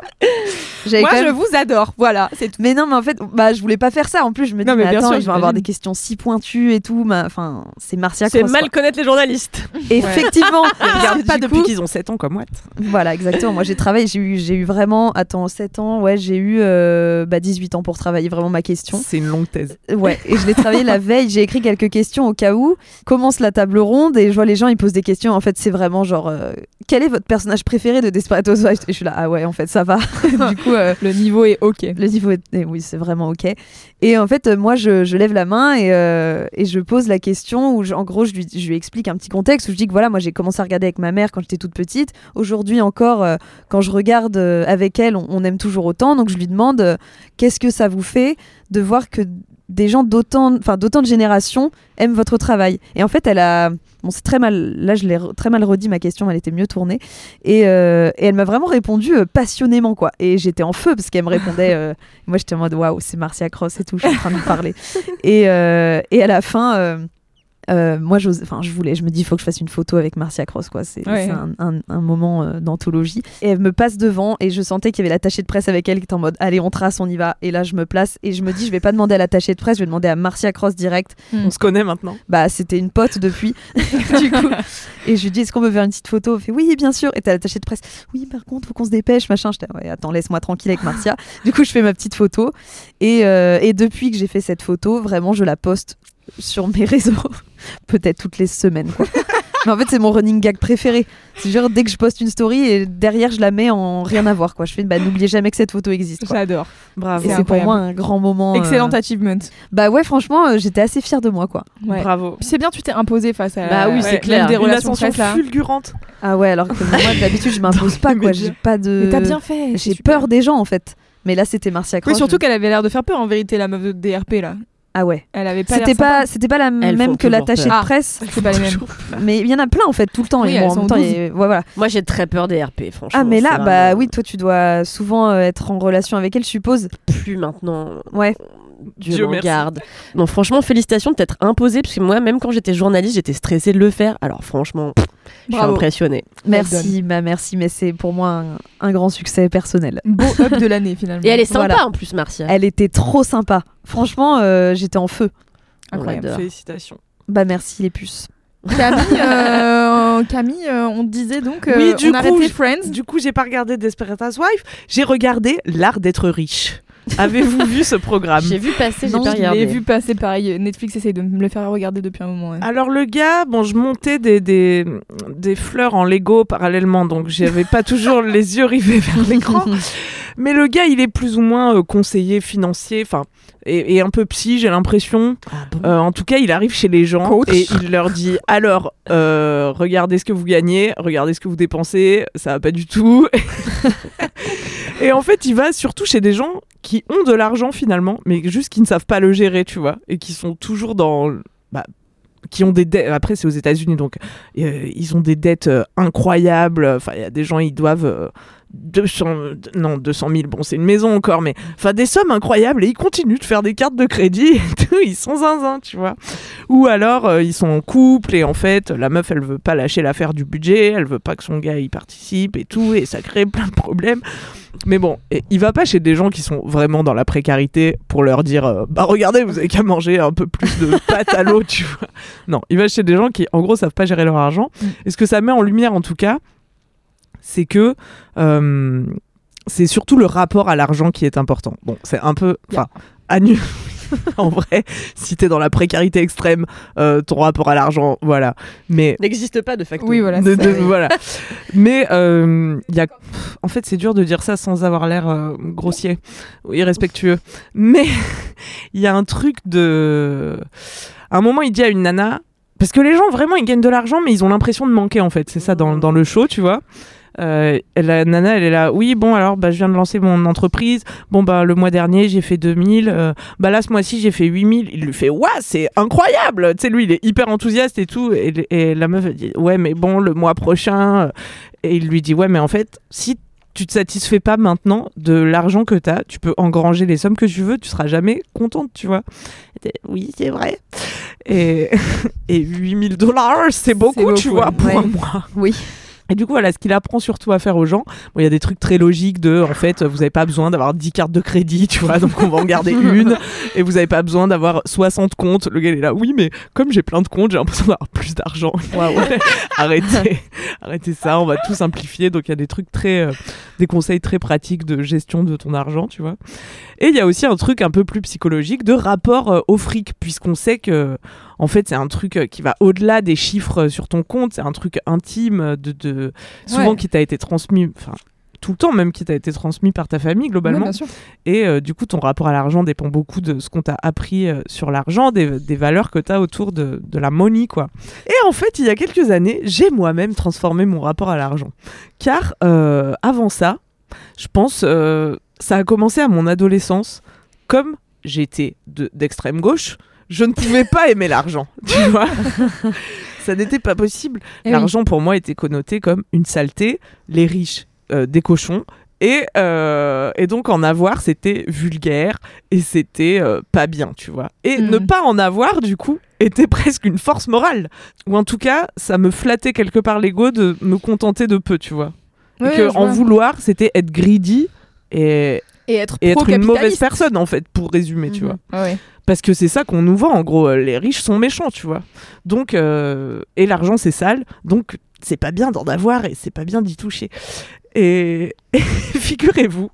J'avais Moi, quand je même- vous adore. Voilà, c'est tout. Mais non, mais en fait, bah, je voulais pas faire ça. En plus, je me dis, Non, mais mais bien attends, sûr, ils vont avoir j'imagine. des questions si pointues et tout. ma- Enfin, c'est Marcia C'est Cross. mal quoi. connaître les journalistes. Effectivement. Ils regardent Du pas coup, depuis qu'ils ont sept ans comme moi. Voilà, exactement. Moi, j'ai travaillé, j'ai eu, j'ai eu vraiment, attends, sept ans, ouais, j'ai eu euh, bah, dix-huit ans pour travailler vraiment ma question. C'est une longue thèse. Ouais, et je l'ai travaillé la veille, j'ai écrit quelques questions au cas où. Commence la table ronde et je vois les gens, ils posent des questions. En fait, c'est vraiment genre, euh, quel est votre personnage préféré de Desperate Housewives ? Et je suis là, ah ouais, en fait, ça va. Du coup, euh, Le niveau est ok. le niveau est... et oui, c'est vraiment ok. Et en fait, euh, moi, je, je lève la main et, euh, et je pose la question où, je- en gros, je lui, je lui explique un petit contexte où je dis que voilà, moi, j'ai commencé à regarder avec ma mère quand j'étais toute petite. Aujourd'hui encore, euh, quand je regarde euh, avec elle, on, on aime toujours autant. Donc, je lui demande euh, qu'est-ce que ça vous fait de voir que des gens d'autant, enfin, d'autant de générations aiment votre travail. Et en fait, elle a... Bon, c'est très mal... Là, je l'ai re- très mal redit, ma question, elle était mieux tournée. Et, euh, et elle m'a vraiment répondu euh, passionnément, quoi. Et j'étais en feu parce qu'elle me répondait... euh, Moi, j'étais en mode, waouh, c'est Marcia Cross et tout, je suis en train de lui parler. et, euh, et à la fin... euh, euh, moi, j'ose- enfin, je voulais, je me dis, il faut que je fasse une photo avec Marcia Cross, quoi. C'est Ouais. c'est un, un- un moment euh, d'anthologie. Et elle me passe devant, et je sentais qu'il y avait l'attaché de presse avec elle qui était en mode, allez, on trace, on y va. Et là, je me place, et je me dis, je vais pas demander à l'attaché de presse, je vais demander à Marcia Cross direct. On se connaît maintenant. Bah, c'était une pote depuis, du coup. Et je lui dis, est-ce qu'on peut faire une petite photo ? Elle fait, oui, bien sûr. Et t'as l'attaché de presse, oui, par contre, faut qu'on se dépêche, machin. J'étais, ouais, attends, laisse-moi tranquille avec Marcia. Du coup, je fais ma petite photo. Et, euh, et depuis que j'ai fait cette photo, vraiment, je la poste sur mes réseaux. Peut-être toutes les semaines, quoi. Mais en fait, c'est mon running gag préféré. C'est genre, dès que je poste une story, et derrière, je la mets en rien à voir, quoi. Je fais, bah, n'oubliez jamais que cette photo existe, quoi. J'adore. Bravo. Et C'est c'est pour incroyable. moi un grand moment. euh, Excellent achievement. Bah ouais, franchement, euh, j'étais assez fière de moi, quoi. Ouais. Bravo. Puis c'est bien, tu t'es imposé face à. Bah oui, Ouais, c'est même clair. Des Une relations ascension presse, là. fulgurante. Ah ouais, alors que moi, d'habitude, je m'impose pas, quoi. J'ai pas de. Mais t'as bien fait. J'ai c'est super. peur des gens, en fait. Mais là, c'était Marcia Cross. Oui, surtout qu'elle avait l'air de faire peur en vérité, la meuf de D R P là. Ah ouais. Elle avait pas. C'était l'air pas, sympa. c'était pas la Elles même font que l'attaché de peur. presse. C'est pas les mêmes. Mais il y en a plein, en fait, tout le temps. Oui, et elles bon, en sont même temps, douze. il y a- ouais, voilà. Moi, j'ai très peur des R P, franchement. Ah, mais là, c'est bah vraiment- oui, toi, tu dois souvent euh, être en relation avec elle, je suppose. Plus maintenant. Ouais. Dieu, Dieu m'en merci. garde. Donc franchement, félicitations de t'être imposée, parce que moi, même quand j'étais journaliste, j'étais stressée de le faire. Alors franchement, pff, je suis Bravo. impressionnée. Merci, bah merci, mais c'est pour moi un, un grand succès personnel. Beau up de l'année finalement. Et elle est sympa Voilà. en plus, Marcia. Elle était trop sympa. Franchement, euh, j'étais en feu. On Incroyable. l'adore. Félicitations. Bah merci les puces. T'as mis euh, euh, Camille, euh, on disait donc euh, Oui, du on a coup, arrêté je- Friends. Du coup, j'ai pas regardé Desperate Housewives, j'ai regardé L'art d'être riche. Avez-vous vu ce programme? J'ai vu passer, j'ai Non, pas je regardé. l'ai vu passer pareil. Netflix essaye de me le faire regarder depuis un moment. ouais. Alors le gars, bon, je montais des, des, des fleurs en Lego parallèlement, donc j'avais pas toujours les yeux rivés vers l'écran. Mais le gars, il est plus ou moins euh, conseiller financier, enfin, et, et un peu psy, j'ai l'impression. Euh, en tout cas, il arrive chez les gens Coach. et il leur dit alors, euh, regardez ce que vous gagnez, regardez ce que vous dépensez, ça va pas du tout. Et en fait, il va surtout chez des gens qui ont de l'argent finalement, mais juste qui ne savent pas le gérer, tu vois, et qui sont toujours dans, bah, qui ont des dettes. Après, c'est aux États-Unis, donc euh, ils ont des dettes euh, incroyables. Enfin, il y a des gens, ils doivent euh, deux cents, non, deux cent mille, bon, c'est une maison encore, mais enfin, des sommes incroyables, et ils continuent de faire des cartes de crédit et tout, ils sont zinzin, tu vois. Ou alors, euh, ils sont en couple, et en fait, la meuf, elle veut pas lâcher l'affaire du budget, elle veut pas que son gars y participe et tout, et ça crée plein de problèmes. Mais bon, et il va pas chez des gens qui sont vraiment dans la précarité pour leur dire euh, bah regardez, vous avez qu'à manger un peu plus de pâte à l'eau, tu vois. Non, il va chez des gens qui, en gros, savent pas gérer leur argent. Et ce que ça met en lumière, en tout cas, c'est que euh, c'est surtout le rapport à l'argent qui est important. Bon, c'est un peu, enfin, à nu. En vrai, si t'es dans la précarité extrême, euh, ton rapport à l'argent, voilà. Mais N'existe pas de facto. Oui, voilà. de- c'est de- ça, oui. voilà. Mais euh, il y a, en fait, c'est dur de dire ça sans avoir l'air euh, grossier ou irrespectueux. Mais il y a un truc de, à un moment, il dit à une nana, parce que les gens vraiment, ils gagnent de l'argent, mais ils ont l'impression de manquer en fait. C'est ça dans dans le show, tu vois. Euh, la nana, elle est là. Oui, bon, alors, bah, je viens de lancer mon entreprise. Bon, bah, le mois dernier, j'ai fait deux mille. Euh, bah, là, ce mois-ci, j'ai fait huit mille. Il lui fait, ouais, c'est incroyable. Tu sais, lui, il est hyper enthousiaste et tout. Et, et la meuf, elle dit, ouais, mais bon, le mois prochain. euh, Et il lui dit, ouais, mais en fait, si tu te satisfais pas maintenant de l'argent que t'as, tu peux engranger les sommes que tu veux, tu seras jamais contente, tu vois. Et t'es, oui, c'est vrai. Et, et huit mille dollars, c'est beaucoup, beaucoup, tu vois, pour ouais. un mois. Oui. Et du coup, voilà, ce qu'il apprend surtout à faire aux gens, bon, il y a des trucs très logiques de, en fait, vous n'avez pas besoin d'avoir dix cartes de crédit, tu vois, donc on va en garder une, et vous n'avez pas besoin d'avoir soixante comptes. Le gars, il est là, oui, mais comme j'ai plein de comptes, j'ai l'impression d'avoir plus d'argent. Waouh. arrêtez, arrêtez ça, on va tout simplifier. Donc, il y a des trucs très, euh, des conseils très pratiques de gestion de ton argent, tu vois. Et il y a aussi un truc un peu plus psychologique de rapport euh, au fric, puisqu'on sait que, en fait, c'est un truc euh, qui va au-delà des chiffres euh, sur ton compte, c'est un truc intime, de, de... souvent Ouais. qui t'a été transmis, enfin, tout le temps même qui t'a été transmis par ta famille, Ouais, globalement. bien sûr. Et euh, du coup, ton rapport à l'argent dépend beaucoup de ce qu'on t'a appris euh, sur l'argent, des, des valeurs que t'as autour de, de la money, quoi. Et en fait, il y a quelques années, j'ai moi-même transformé mon rapport à l'argent. Car euh, avant ça, je pense, euh, ça a commencé à mon adolescence. Comme j'étais de- d'extrême gauche, je ne pouvais pas aimer l'argent, tu vois. Ça n'était pas possible. Eh oui. L'argent, pour moi, était connoté comme une saleté. Les riches, euh, des cochons. Et, euh, et donc, en avoir, c'était vulgaire et c'était euh, pas bien, tu vois. Et Mm. ne pas en avoir, du coup, était presque une force morale. Ou en tout cas, ça me flattait quelque part l'ego de me contenter de peu, tu vois. Ouais, et que je en vois. vouloir, c'était être greedy et, Et être et être une mauvaise pro-capitaliste. personne, en fait, pour résumer, tu Mhm. vois. Ah ouais. Parce que c'est ça qu'on nous vend, en gros. euh, Les riches sont méchants, tu vois. Donc, euh, et l'argent, c'est sale. Donc, c'est pas bien d'en avoir et c'est pas bien d'y toucher. Et, et figurez-vous,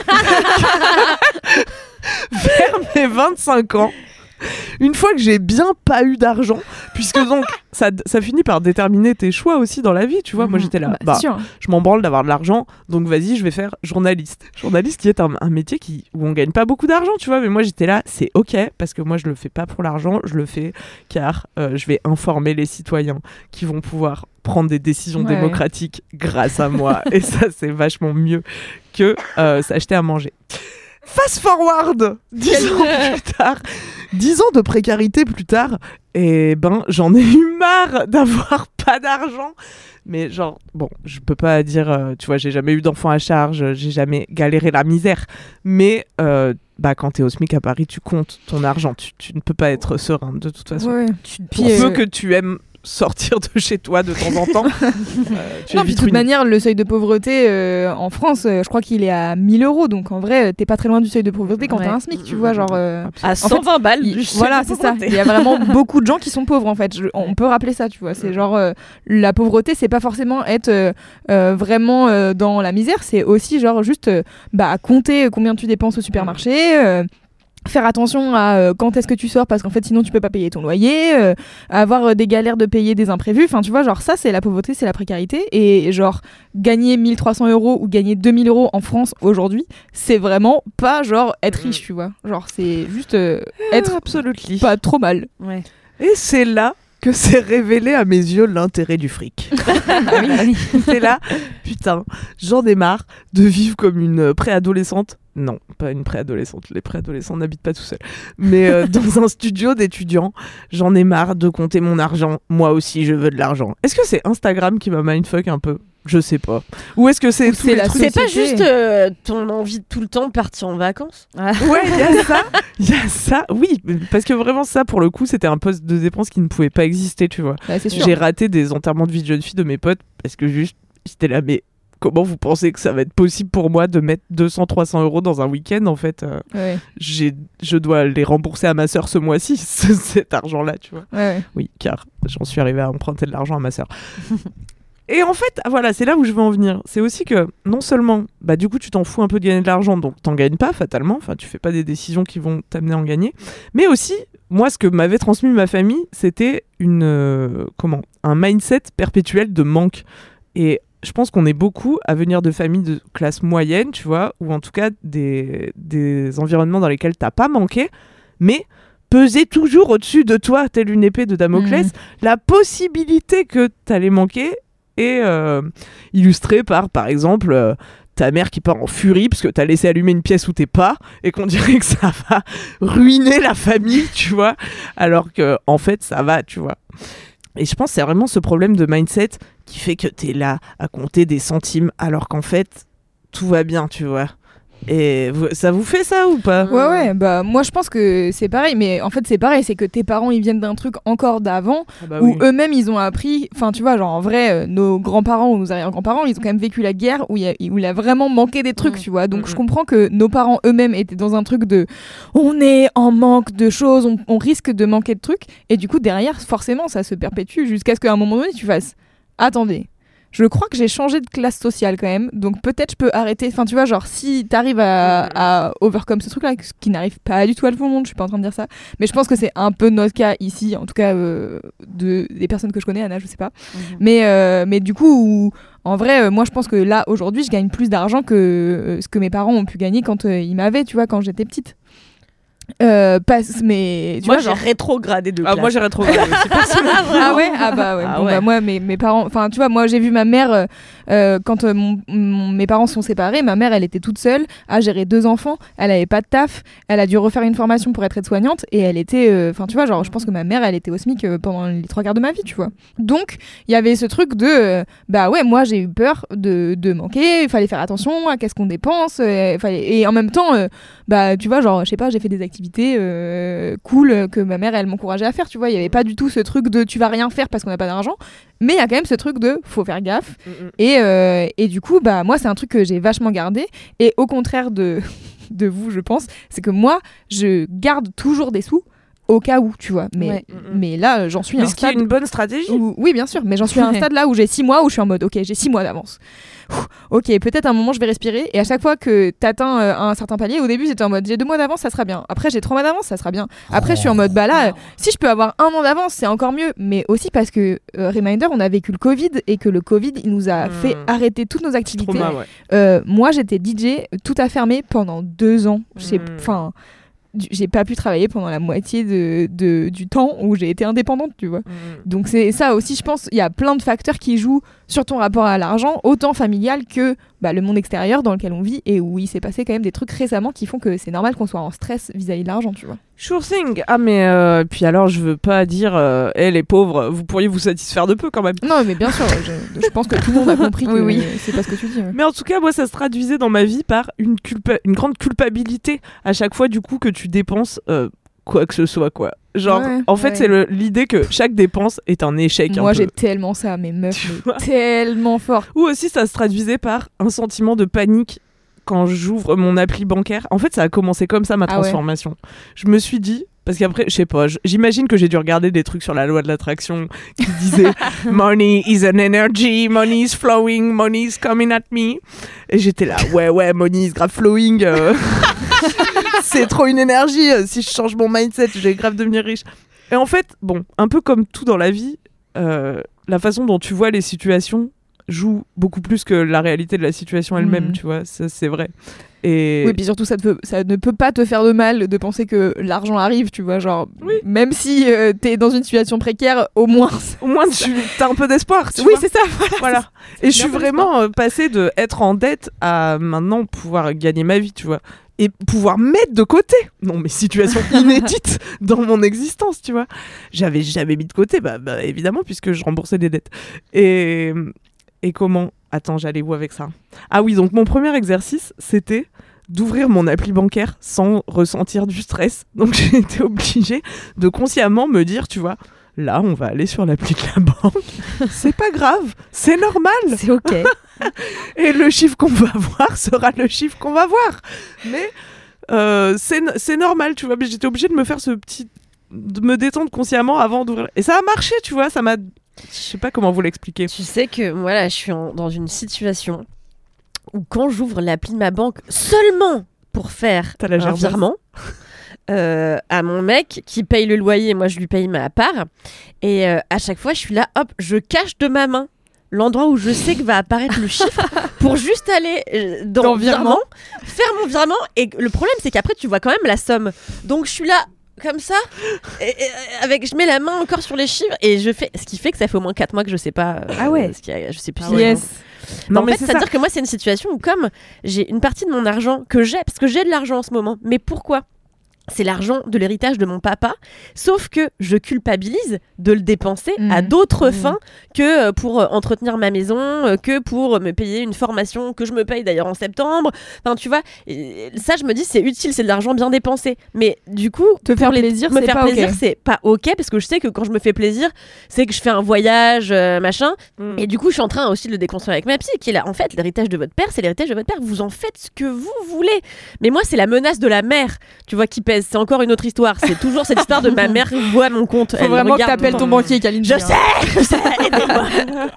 vers mes vingt-cinq ans, une fois que j'ai bien pas eu d'argent, puisque donc ça, ça finit par déterminer tes choix aussi dans la vie, tu vois. Moi, j'étais là, Bah, bah, c'est sûr. je m'en branle d'avoir de l'argent, donc vas-y, je vais faire journaliste. Journaliste qui est un, un métier qui, où on gagne pas beaucoup d'argent, tu vois, mais moi j'étais là, c'est ok, parce que moi je le fais pas pour l'argent, je le fais car euh, je vais informer les citoyens qui vont pouvoir prendre des décisions Ouais, démocratiques grâce à moi, et ça c'est vachement mieux que euh, s'acheter à manger. Fast forward, dix ans plus tard, dix ans de précarité plus tard, et ben j'en ai eu marre d'avoir pas d'argent. Mais genre, bon, je peux pas dire, euh, tu vois, j'ai jamais eu d'enfant à charge, j'ai jamais galéré la misère. Mais euh, bah, quand t'es au SMIC à Paris, tu comptes ton argent, tu, tu ne peux pas être serein de toute façon. Ouais. Tu Pour Puis, peu euh, que tu aimes sortir de chez toi de temps en temps. euh, tu Non, es puis vite de toute ruiné. manière, le seuil de pauvreté euh, en France, euh, je crois qu'il est à mille euros. Donc en vrai, euh, t'es pas très loin du seuil de pauvreté quand Ouais. t'as un SMIC, tu vois. Genre, euh, À fait, cent vingt balles. il- du seuil voilà, de c'est ça. pauvreté. Il y a vraiment beaucoup de gens qui sont pauvres en fait. Je- on peut rappeler ça, tu vois. C'est genre, euh, la pauvreté, c'est pas forcément être euh, euh, vraiment euh, dans la misère. C'est aussi genre juste euh, bah, compter combien tu dépenses au supermarché. euh, Faire attention à euh, quand est-ce que tu sors parce qu'en fait sinon tu peux pas payer ton loyer, euh, avoir euh, des galères de payer des imprévus, enfin tu vois genre ça c'est la pauvreté, c'est la précarité et genre gagner mille trois cents euros ou gagner deux mille euros en France aujourd'hui c'est vraiment pas genre être riche tu vois, genre c'est juste euh, être Absolutely. pas trop mal. Ouais. Et c'est là que s'est révélé à mes yeux l'intérêt du fric. C'est là, putain, j'en ai marre de vivre comme une préadolescente. Non, pas une préadolescente. Les préadolescents n'habitent pas tout seuls. Mais euh, dans un studio d'étudiants, j'en ai marre de compter mon argent. Moi aussi, je veux de l'argent. Est-ce que c'est Instagram qui m'a mindfuck un peu ? Je sais pas. Ou est-ce que c'est Ou tous c'est les la trucs- C'est pas société. juste euh, ton envie de tout le temps de partir en vacances. Ouais, il y a ça. Il y a ça. Oui, parce que vraiment ça, pour le coup, c'était un poste de dépense qui ne pouvait pas exister, tu vois. Bah, c'est sûr. J'ai raté des enterrements de vie de jeunes filles de mes potes parce que juste, j'étais là, mais comment vous pensez que ça va être possible pour moi de mettre deux cents trois cents euros dans un week-end en fait euh, Ouais, j'ai, je dois les rembourser à ma sœur ce mois-ci, ce- cet argent-là, tu vois. ouais, ouais. Oui, car j'en suis arrivée à emprunter de l'argent à ma sœur. Et en fait, voilà, c'est là où je veux en venir. C'est aussi que non seulement, bah du coup, tu t'en fous un peu de gagner de l'argent, donc t'en gagnes pas fatalement. Enfin, tu fais pas des décisions qui vont t'amener à en gagner. Mais aussi, moi, ce que m'avait transmis ma famille, c'était une euh, comment, un mindset perpétuel de manque. Et je pense qu'on est beaucoup à venir de familles de classe moyenne, tu vois, ou en tout cas des, des environnements dans lesquels t'as pas manqué, mais peser toujours au-dessus de toi, telle une épée de Damoclès, Mmh. la possibilité que t'allais manquer est euh, illustrée par, par exemple, euh, ta mère qui part en furie parce que t'as laissé allumer une pièce où t'es pas et qu'on dirait que ça va ruiner la famille, tu vois, alors que en fait ça va, tu vois. Et je pense que c'est vraiment ce problème de mindset qui fait que t'es là à compter des centimes alors qu'en fait tout va bien, tu vois. Et vous- ça vous fait ça ou pas ? Ouais, ouais, bah moi je pense que c'est pareil, mais en fait c'est pareil, c'est que tes parents ils viennent d'un truc encore d'avant, Ah bah où oui. eux-mêmes ils ont appris, enfin tu vois, genre en vrai, euh, nos grands-parents ou nos arrière-grands-parents, ils ont quand même vécu la guerre où il, y a, où il a vraiment manqué des trucs, Mmh. tu vois. Donc Mmh. je comprends que nos parents eux-mêmes étaient dans un truc de on est en manque de choses, on, on risque de manquer de trucs, et du coup derrière, forcément, ça se perpétue jusqu'à ce qu'à un moment donné tu fasses attendez. Je crois que j'ai changé de classe sociale quand même, donc peut-être je peux arrêter. Enfin, tu vois, genre si t'arrives à, à overcome ce truc-là, ce qui n'arrive pas du tout à tout le monde, je suis pas en train de dire ça, mais je pense que c'est un peu notre cas ici, en tout cas euh, de des personnes que je connais, Anna, je sais pas. Mais euh, mais du coup, où- en vrai, euh, moi je pense que là aujourd'hui, je gagne plus d'argent que euh, ce que mes parents ont pu gagner quand euh, ils m'avaient, tu vois, quand j'étais petite. Euh, passe, mais tu Moi, vois, j'ai genre. rétrogradé de Ah, classe. moi j'ai rétrogradé aussi. Ah ouais, ah bah ouais. Ah Bon, ouais. bah moi mes, mes parents, enfin tu vois, moi j'ai vu ma mère euh, euh, quand euh, mon, mon- mes parents sont séparés, ma mère elle était toute seule à gérer deux enfants, elle avait pas de taf, elle a dû refaire une formation pour être aide-soignante et elle était, euh, enfin tu vois, genre je pense que ma mère elle était au SMIC euh, pendant les trois quarts de ma vie, tu vois. Donc il y avait ce truc de, euh, bah ouais, moi j'ai eu peur de, de manquer, il fallait faire attention à qu'est-ce qu'on dépense, euh, fallait... et en même temps, euh, bah tu vois, genre je sais pas, j'ai fait des activités euh, cool euh, que ma mère elle m'encourageait à faire, tu vois, il y avait pas du tout ce truc de tu vas rien faire parce qu'on n'a pas d'argent, mais il y a quand même ce truc de faut faire gaffe. Et, euh, et du coup, bah, moi, c'est un truc que j'ai vachement gardé. Et au contraire de, de vous, je pense, c'est que moi, je garde toujours des sous au cas où, tu vois. Mais, Ouais. mais là, euh, j'en suis à Mais un ce qui est stade une bonne stratégie. où- oui, bien sûr, mais j'en suis à un stade là où j'ai six mois où je suis en mode, ok, j'ai six mois d'avance. Ouh, Ok, peut-être à un moment je vais respirer. Et à chaque fois que t'atteins euh, un certain palier, au début j'étais en mode j'ai deux mois d'avance, ça sera bien. Après j'ai trois mois d'avance, ça sera bien. Après je suis en mode bah là, euh, si je peux avoir un an d'avance, c'est encore mieux. Mais aussi parce que euh, reminder, on a vécu le Covid et que le Covid il nous a Hmm. fait arrêter toutes nos activités. Trauma, ouais. Euh, moi j'étais D J tout à fermé pendant deux ans. J'ai- Hmm. Enfin. du- J'ai pas pu travailler pendant la moitié de, de- du temps où j'ai été indépendante, tu vois. Donc c'est ça aussi, je pense, il y a plein de facteurs qui jouent sur ton rapport à l'argent, autant familial que bah, le monde extérieur dans lequel on vit et où il s'est passé quand même des trucs récemment qui font que c'est normal qu'on soit en stress vis-à-vis de l'argent, tu vois. Sure thing. Ah mais euh, puis alors je veux pas dire euh, Eh, les pauvres, vous pourriez vous satisfaire de peu quand même. Non, mais bien sûr, je, je pense que tout le monde a compris que Oui, oui. c'est pas ce que tu dis. ouais. Mais en tout cas, moi, ça se traduisait dans ma vie par une, culpa- une grande culpabilité à chaque fois, du coup, que tu dépenses euh, quoi que ce soit, quoi. Genre, Ouais, en fait, ouais. c'est le, l'idée que chaque dépense est un échec. Moi un j'ai peu. tellement ça, mais meuf, Tu mais vois. tellement fort. Ou aussi, ça se traduisait par un sentiment de panique quand j'ouvre mon appli bancaire. En fait, ça a commencé comme ça, ma Ah ouais. transformation. Je me suis dit, parce qu'après, je sais pas, je- j'imagine que j'ai dû regarder des trucs sur la loi de l'attraction qui disaient « Money is an energy, money is flowing, money is coming at me ». Et j'étais là « Ouais, ouais, money is grave flowing. euh. C'est trop une énergie. euh, Si je change mon mindset, je vais grave devenir riche. » Et en fait, bon, un peu comme tout dans la vie, euh, la façon dont tu vois les situations joue beaucoup plus que la réalité de la situation elle-même, Mhm. tu vois, ça c'est vrai. Et Oui, puis surtout, ça, te peut- ça ne peut pas te faire de mal de penser que l'argent arrive, tu vois. Genre, Oui. même si euh, t'es dans une situation précaire, au moins. au moins tu as un peu d'espoir, tu Oui, vois. c'est ça. Voilà. Voilà. Et je suis un peu vraiment euh, passée de être en dette à maintenant pouvoir gagner ma vie, tu vois. Et pouvoir mettre de côté, non mais situation inédite dans mon existence, tu vois. J'avais jamais mis de côté, bah, bah, évidemment, puisque je remboursais des dettes. Et, et comment Attends, j'allais où avec ça Ah oui, donc mon premier exercice, c'était d'ouvrir mon appli bancaire sans ressentir du stress. Donc j'ai été obligée de consciemment me dire, tu vois, là, on va aller sur l'appli de la banque. C'est pas grave, c'est normal. C'est ok. Et le chiffre qu'on va voir sera le chiffre qu'on va voir. Mais euh, c'est, c'est normal, tu vois. Mais j'étais obligée de me faire ce petit... de me détendre consciemment avant d'ouvrir. Et ça a marché, tu vois. Ça m'a... Je sais pas comment vous l'expliquer. Tu sais que moi, là, je suis en- dans une situation où quand j'ouvre l'appli de ma banque seulement pour faire T'as la un gerbeuse. virement euh, à mon mec qui paye le loyer, moi je lui paye ma part, et euh, à chaque fois je suis là, hop, je cache de ma main l'endroit où je sais que va apparaître le chiffre pour juste aller euh, dans, Dans le virement. virement, faire mon virement. Et le problème c'est qu'après tu vois quand même la somme, donc je suis là comme ça, et, et, avec, je mets la main encore sur les chiffres et je fais, ce qui fait que ça fait au moins quatre mois que je sais pas. euh, Ah ouais. ce qu'il y a, je sais plus. Ah si il y a- Yes. Non, en mais fait, c'est c'est-à-dire ça. que moi, c'est une situation où, comme j'ai une partie de mon argent que j'ai, parce que j'ai de l'argent en ce moment, mais pourquoi ? C'est l'argent de l'héritage de mon papa, sauf que je culpabilise de le dépenser Mmh. à d'autres Mmh. fins que euh, pour euh, entretenir ma maison, euh, que pour me payer une formation que je me paye d'ailleurs en septembre. Enfin, tu vois, et ça, je me dis, c'est utile, c'est de l'argent bien dépensé. Mais du coup, Te faire pour les- plaisir, me c'est faire pas plaisir, ok. c'est pas ok, parce que je sais que quand je me fais plaisir, c'est que je fais un voyage, euh, machin. Mm. Et du coup, je suis en train aussi de le déconstruire avec ma psy, qui est là. En fait, l'héritage de votre père, c'est l'héritage de votre père. Vous en faites ce que vous voulez. Mais moi, c'est la menace de la mère, tu vois, qui pèse. C'est encore une autre histoire. C'est toujours cette histoire de ma mère voit mon compte. Faut Elle vraiment que regarde t'appelles tout ton le temps. banquier, Kalindi. Je hein. sais, je sais, aidez-moi.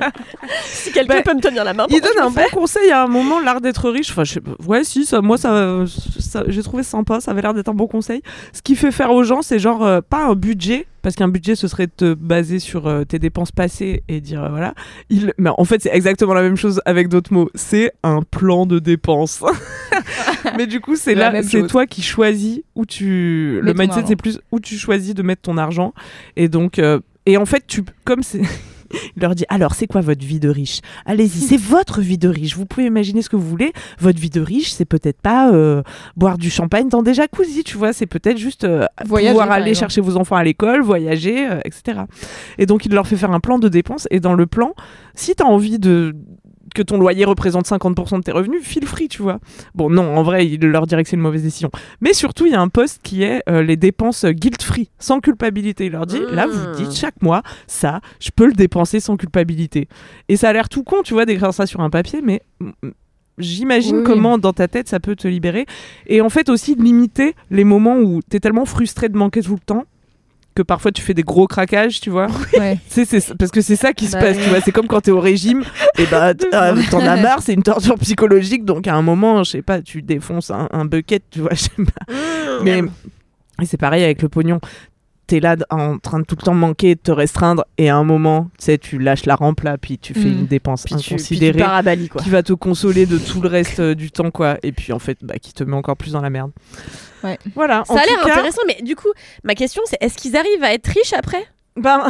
Si quelqu'un Bah, peut me tenir la main, Il pourquoi donne je un le bon fais conseil à un moment, l'art d'être riche. Enfin, je sais pas. Ouais, si, ça, moi, ça, ça- j'ai trouvé sympa. Ça avait l'air d'être un bon conseil. Ce qu'il fait faire aux gens, c'est genre euh, pas un budget, parce qu'un budget, ce serait de te baser sur euh, tes dépenses passées et dire euh, voilà. Il... Mais en fait, c'est exactement la même chose avec d'autres mots. C'est un plan de dépenses. Mais du coup, c'est La là, même c'est chose. toi qui choisis où tu. Mets Le ton mindset, argent. c'est plus où tu choisis de mettre ton argent. Et donc, euh, et en fait, tu, comme c'est. Il leur dit, alors c'est quoi votre vie de riche ? Allez-y, c'est votre vie de riche. Vous pouvez imaginer ce que vous voulez. Votre vie de riche, c'est peut-être pas euh, boire du champagne dans des jacuzzi, tu vois. C'est peut-être juste euh, Voyager, pouvoir par aller exemple. chercher vos enfants à l'école, voyager, euh, et cetera. Et donc, il leur fait faire un plan de dépenses. Et dans le plan, si tu as envie de que ton loyer représente cinquante pour cent de tes revenus, feel free, tu vois. Bon, non, en vrai, il leur dirait que c'est une mauvaise décision. Mais surtout, il y a un post qui est euh, les dépenses guilt-free, sans culpabilité. Il leur dit, Mmh. là, vous dites chaque mois, ça, je peux le dépenser sans culpabilité. Et ça a l'air tout con, tu vois, d'écrire ça sur un papier, mais mm, j'imagine Oui, oui. comment, dans ta tête, ça peut te libérer. Et en fait, aussi, limiter les moments où t'es tellement frustré de manquer tout le temps que parfois tu fais des gros craquages, tu vois. Ouais. C'est, c'est, parce que c'est ça qui se Bah passe, oui. tu vois. C'est comme quand t'es au régime, et bah t- euh, t'en as marre, c'est une torture psychologique. Donc à un moment, je sais pas, tu défonces un, un bucket, tu vois. Je sais pas. Mais et c'est pareil avec le pognon. T'es là d- en train de tout le temps manquer, de te restreindre, et à un moment, tu sais, tu lâches la rampe là, puis tu fais Mm. une dépense Puis tu, puis tu inconsidérée pars à Bali, quoi. qui va te consoler de tout le reste euh, du temps, quoi. Et puis en fait, bah, qui te met encore plus dans la merde. Ouais. Voilà. Ça en a tout l'air cas, intéressant, mais du coup, ma question c'est, est-ce qu'ils arrivent à être riches après ? Ben,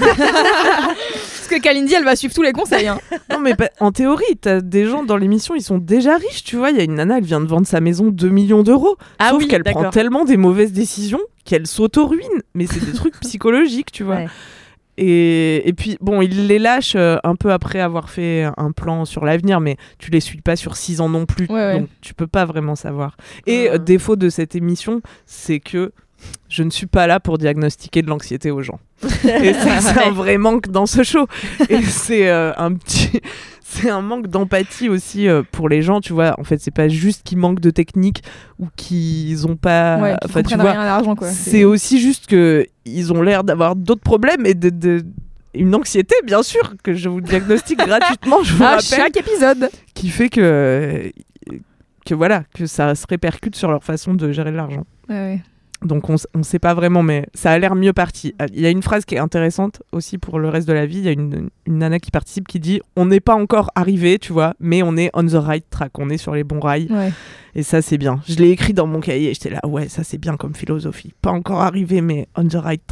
Parce que Kalindi, elle va suivre tous les conseils. Hein. non, mais bah, en théorie, t'as des gens dans l'émission, ils sont déjà riches, tu vois. Il y a une nana, elle vient de vendre sa maison deux millions d'euros. Ah Sauf oui, qu'elle prend d'accord. tellement des mauvaises décisions qu'elle s'auto-ruine. Mais c'est des trucs psychologiques, tu vois. Ouais. Et, et puis, bon, il les lâche euh, un peu après avoir fait un plan sur l'avenir, mais tu les suis pas sur six ans non plus. Ouais, ouais. Donc, tu peux pas vraiment savoir. Et Mhm. euh, défaut de cette émission, c'est que je ne suis pas là pour diagnostiquer de l'anxiété aux gens. Et ça, c'est un vrai manque dans ce show. Et c'est euh, un petit... C'est un manque d'empathie aussi euh, pour les gens, tu vois. En fait, c'est pas juste qu'ils manquent de technique ou qu'ils ont pas... Ouais, enfin, qu'ils tu comprennent vois, rien à l'argent, quoi. c'est, C'est- aussi juste qu'ils ont l'air d'avoir d'autres problèmes et de... de... une anxiété, bien sûr, que je vous diagnostique gratuitement, je vous À rappelle, chaque épisode. qui fait que... que voilà, que ça se répercute sur leur façon de gérer l'argent. Ouais, ouais. Donc on ne sait pas vraiment, mais ça a l'air mieux parti. Il y a une phrase qui est intéressante aussi pour le reste de la vie. Il y a une, une nana qui participe qui dit « On n'est pas encore arrivé, tu vois, mais on est on the right track, on est sur les bons rails. Ouais. » Et ça, c'est bien. Je l'ai écrit dans mon cahier et j'étais là « Ouais, ça c'est bien comme philosophie. Pas encore arrivé, mais on the right track. »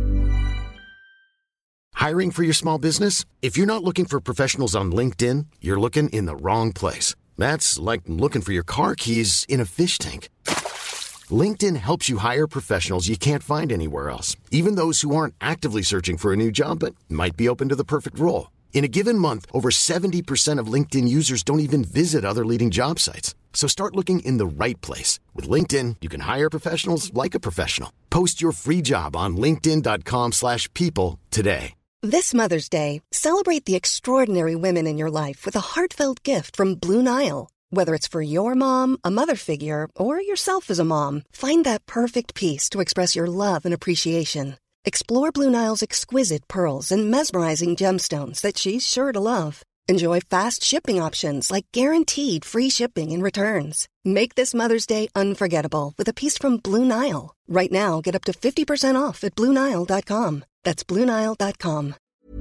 Hiring for your small business? If you're not looking for professionals on LinkedIn, you're looking in the wrong place. That's like looking for your car keys in a fish tank. LinkedIn helps you hire professionals you can't find anywhere else, even those who aren't actively searching for a new job but might be open to the perfect role. In a given month, over seventy percent of LinkedIn users don't even visit other leading job sites. So start looking in the right place. With LinkedIn, you can hire professionals like a professional. Post your free job on linkedin.com slash people today. This Mother's Day, celebrate the extraordinary women in your life with a heartfelt gift from Blue Nile. Whether it's for your mom, a mother figure, or yourself as a mom, find that perfect piece to express your love and appreciation. Explore Blue Nile's exquisite pearls and mesmerizing gemstones that she's sure to love. Enjoy fast shipping options like guaranteed free shipping and returns. Make this Mother's Day unforgettable with a piece from Blue Nile. Right now, get up to fifty percent off at blue nile dot com. That's blue nile dot com.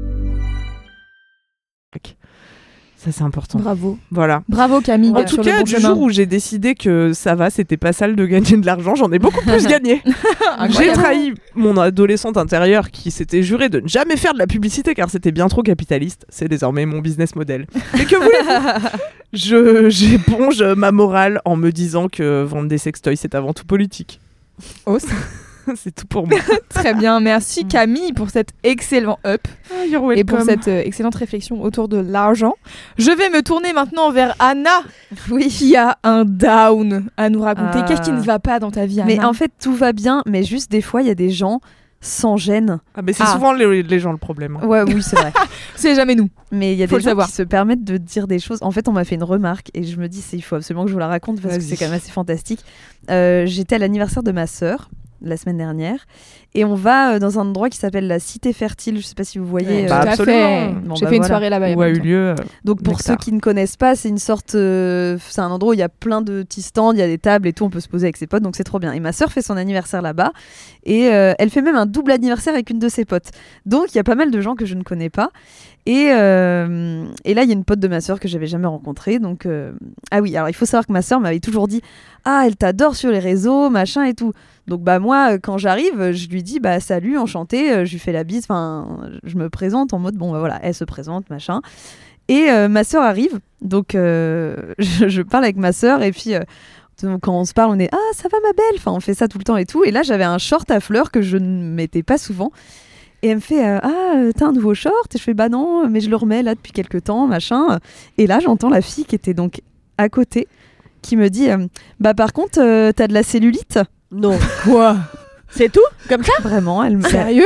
Ça, c'est important. Bravo. Voilà. Bravo Camille. En tout sur le cas, bon du chemin. jour où j'ai décidé que ça va, c'était pas sale de gagner de l'argent, j'en ai beaucoup plus gagné. J'ai Incroyable. trahi mon adolescente intérieure qui s'était jurée de ne jamais faire de la publicité car c'était bien trop capitaliste. C'est désormais mon business model. Et que voulez-vous ? Je, j'éponge ma morale en me disant que vendre des sextoys, c'est avant tout politique. Oh, c'est C'est tout pour moi. très bien. Merci Camille pour cet excellent up Ah, you're et pour welcome. cette euh, excellente réflexion autour de l'argent. Je vais me tourner maintenant vers Anna, Oui. qui a un down à nous raconter. Ah. Qu'est-ce qui ne va pas dans ta vie, Anna? Mais en fait, tout va bien, mais juste des fois, il y a des gens sans gêne. Ah, mais c'est Ah. souvent les, les gens le problème. hein. Ouais, oui, c'est vrai. c'est jamais nous. Mais il y a Faut des le gens savoir. qui se permettent de dire des choses. En fait, on m'a fait une remarque et je me dis, c'est, il faut absolument que je vous la raconte parce que Vas-y. c'est quand même assez fantastique. Euh, j'étais à l'anniversaire de ma sœur la semaine dernière et on va euh, dans un endroit qui s'appelle la Cité Fertile. Je sais pas si vous voyez. Ouais, euh, bah, Tout à absolument. fait. Bon, J'ai bah, fait une voilà. soirée là-bas. il y a Où a pas eu longtemps. lieu. euh, Donc pour Nectar. ceux qui ne connaissent pas, c'est une sorte, euh, c'est un endroit où il y a plein de petits stands, il y a des tables et tout, on peut se poser avec ses potes, donc c'est trop bien. Et ma sœur fait son anniversaire là-bas et euh, elle fait même un double anniversaire avec une de ses potes. Donc il y a pas mal de gens que je ne connais pas. Et, euh, et là, il y a une pote de ma sœur que j'avais jamais rencontrée. Donc, euh, ah oui, alors il faut savoir que ma sœur m'avait toujours dit ah, elle t'adore sur les réseaux, machin et tout. Donc bah moi, euh, quand j'arrive, je lui dis bah salut, enchantée, euh, je lui fais la bise. Enfin, je me présente en mode bon bah voilà, elle se présente, machin. Et euh, ma sœur arrive, donc euh, je, je parle avec ma sœur et puis. Euh, donc, quand on se parle, on est ah ça va ma belle. Enfin, on fait ça tout le temps et tout. Et là, j'avais un short à fleurs que je ne mettais pas souvent. Et elle me fait euh, ah euh, t'as un nouveau short? Et je fais bah non mais je le remets là depuis quelques temps machin. Et là j'entends la fille qui était donc à côté qui me dit euh, bah par contre euh, t'as de la cellulite? Non. Quoi? C'est tout? Comme ça? Vraiment elle me Sérieux?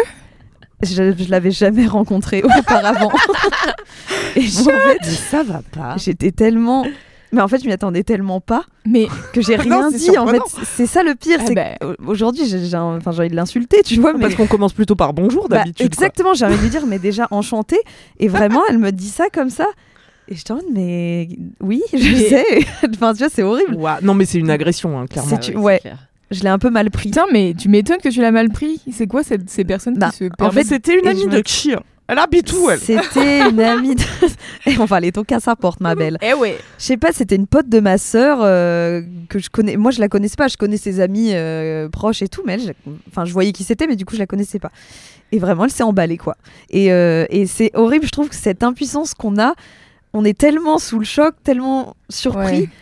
je, je l'avais jamais rencontrée auparavant. Et je- en fait, Mais ça va pas. j'étais tellement mais en fait je m'y attendais tellement pas Mais que j'ai Non, rien c'est dit en fait. surprenant. C'est ça le pire, Ah c'est ben. qu'aujourd'hui j'ai, j'ai, un- enfin, j'ai envie de l'insulter tu vois mais Parce qu'on commence plutôt par bonjour Bah, d'habitude. quoi. exactement, j'ai envie de lui dire, mais déjà enchantée. Et vraiment, elle me dit ça comme ça. Et je te demande, mais oui, je Mais- sais. Enfin, tu vois, c'est horrible. Ouah, non, mais c'est une agression, hein, clairement. C'est- tu- ouais. Je l'ai un peu mal pris. putain, mais tu m'étonnes que tu l'as mal pris. C'est quoi cette- ces personnes Bah, qui se en En permettent fait, c'était une Et amie je de me- qui hein Elle habite où, elle C'était une amie de... Et on va aller ton cas, ça porte, ma belle. Eh ouais. Je sais pas, c'était une pote de ma sœur euh, que je connais. Moi, je la connaissais pas. Je connais ses amis euh, proches et tout, mais elle, je... enfin, je voyais qui c'était, mais du coup, je la connaissais pas. Et vraiment, elle s'est emballée, quoi. Et, euh, et c'est horrible, je trouve que cette impuissance qu'on a, on est tellement sous le choc, tellement surpris. Ouais.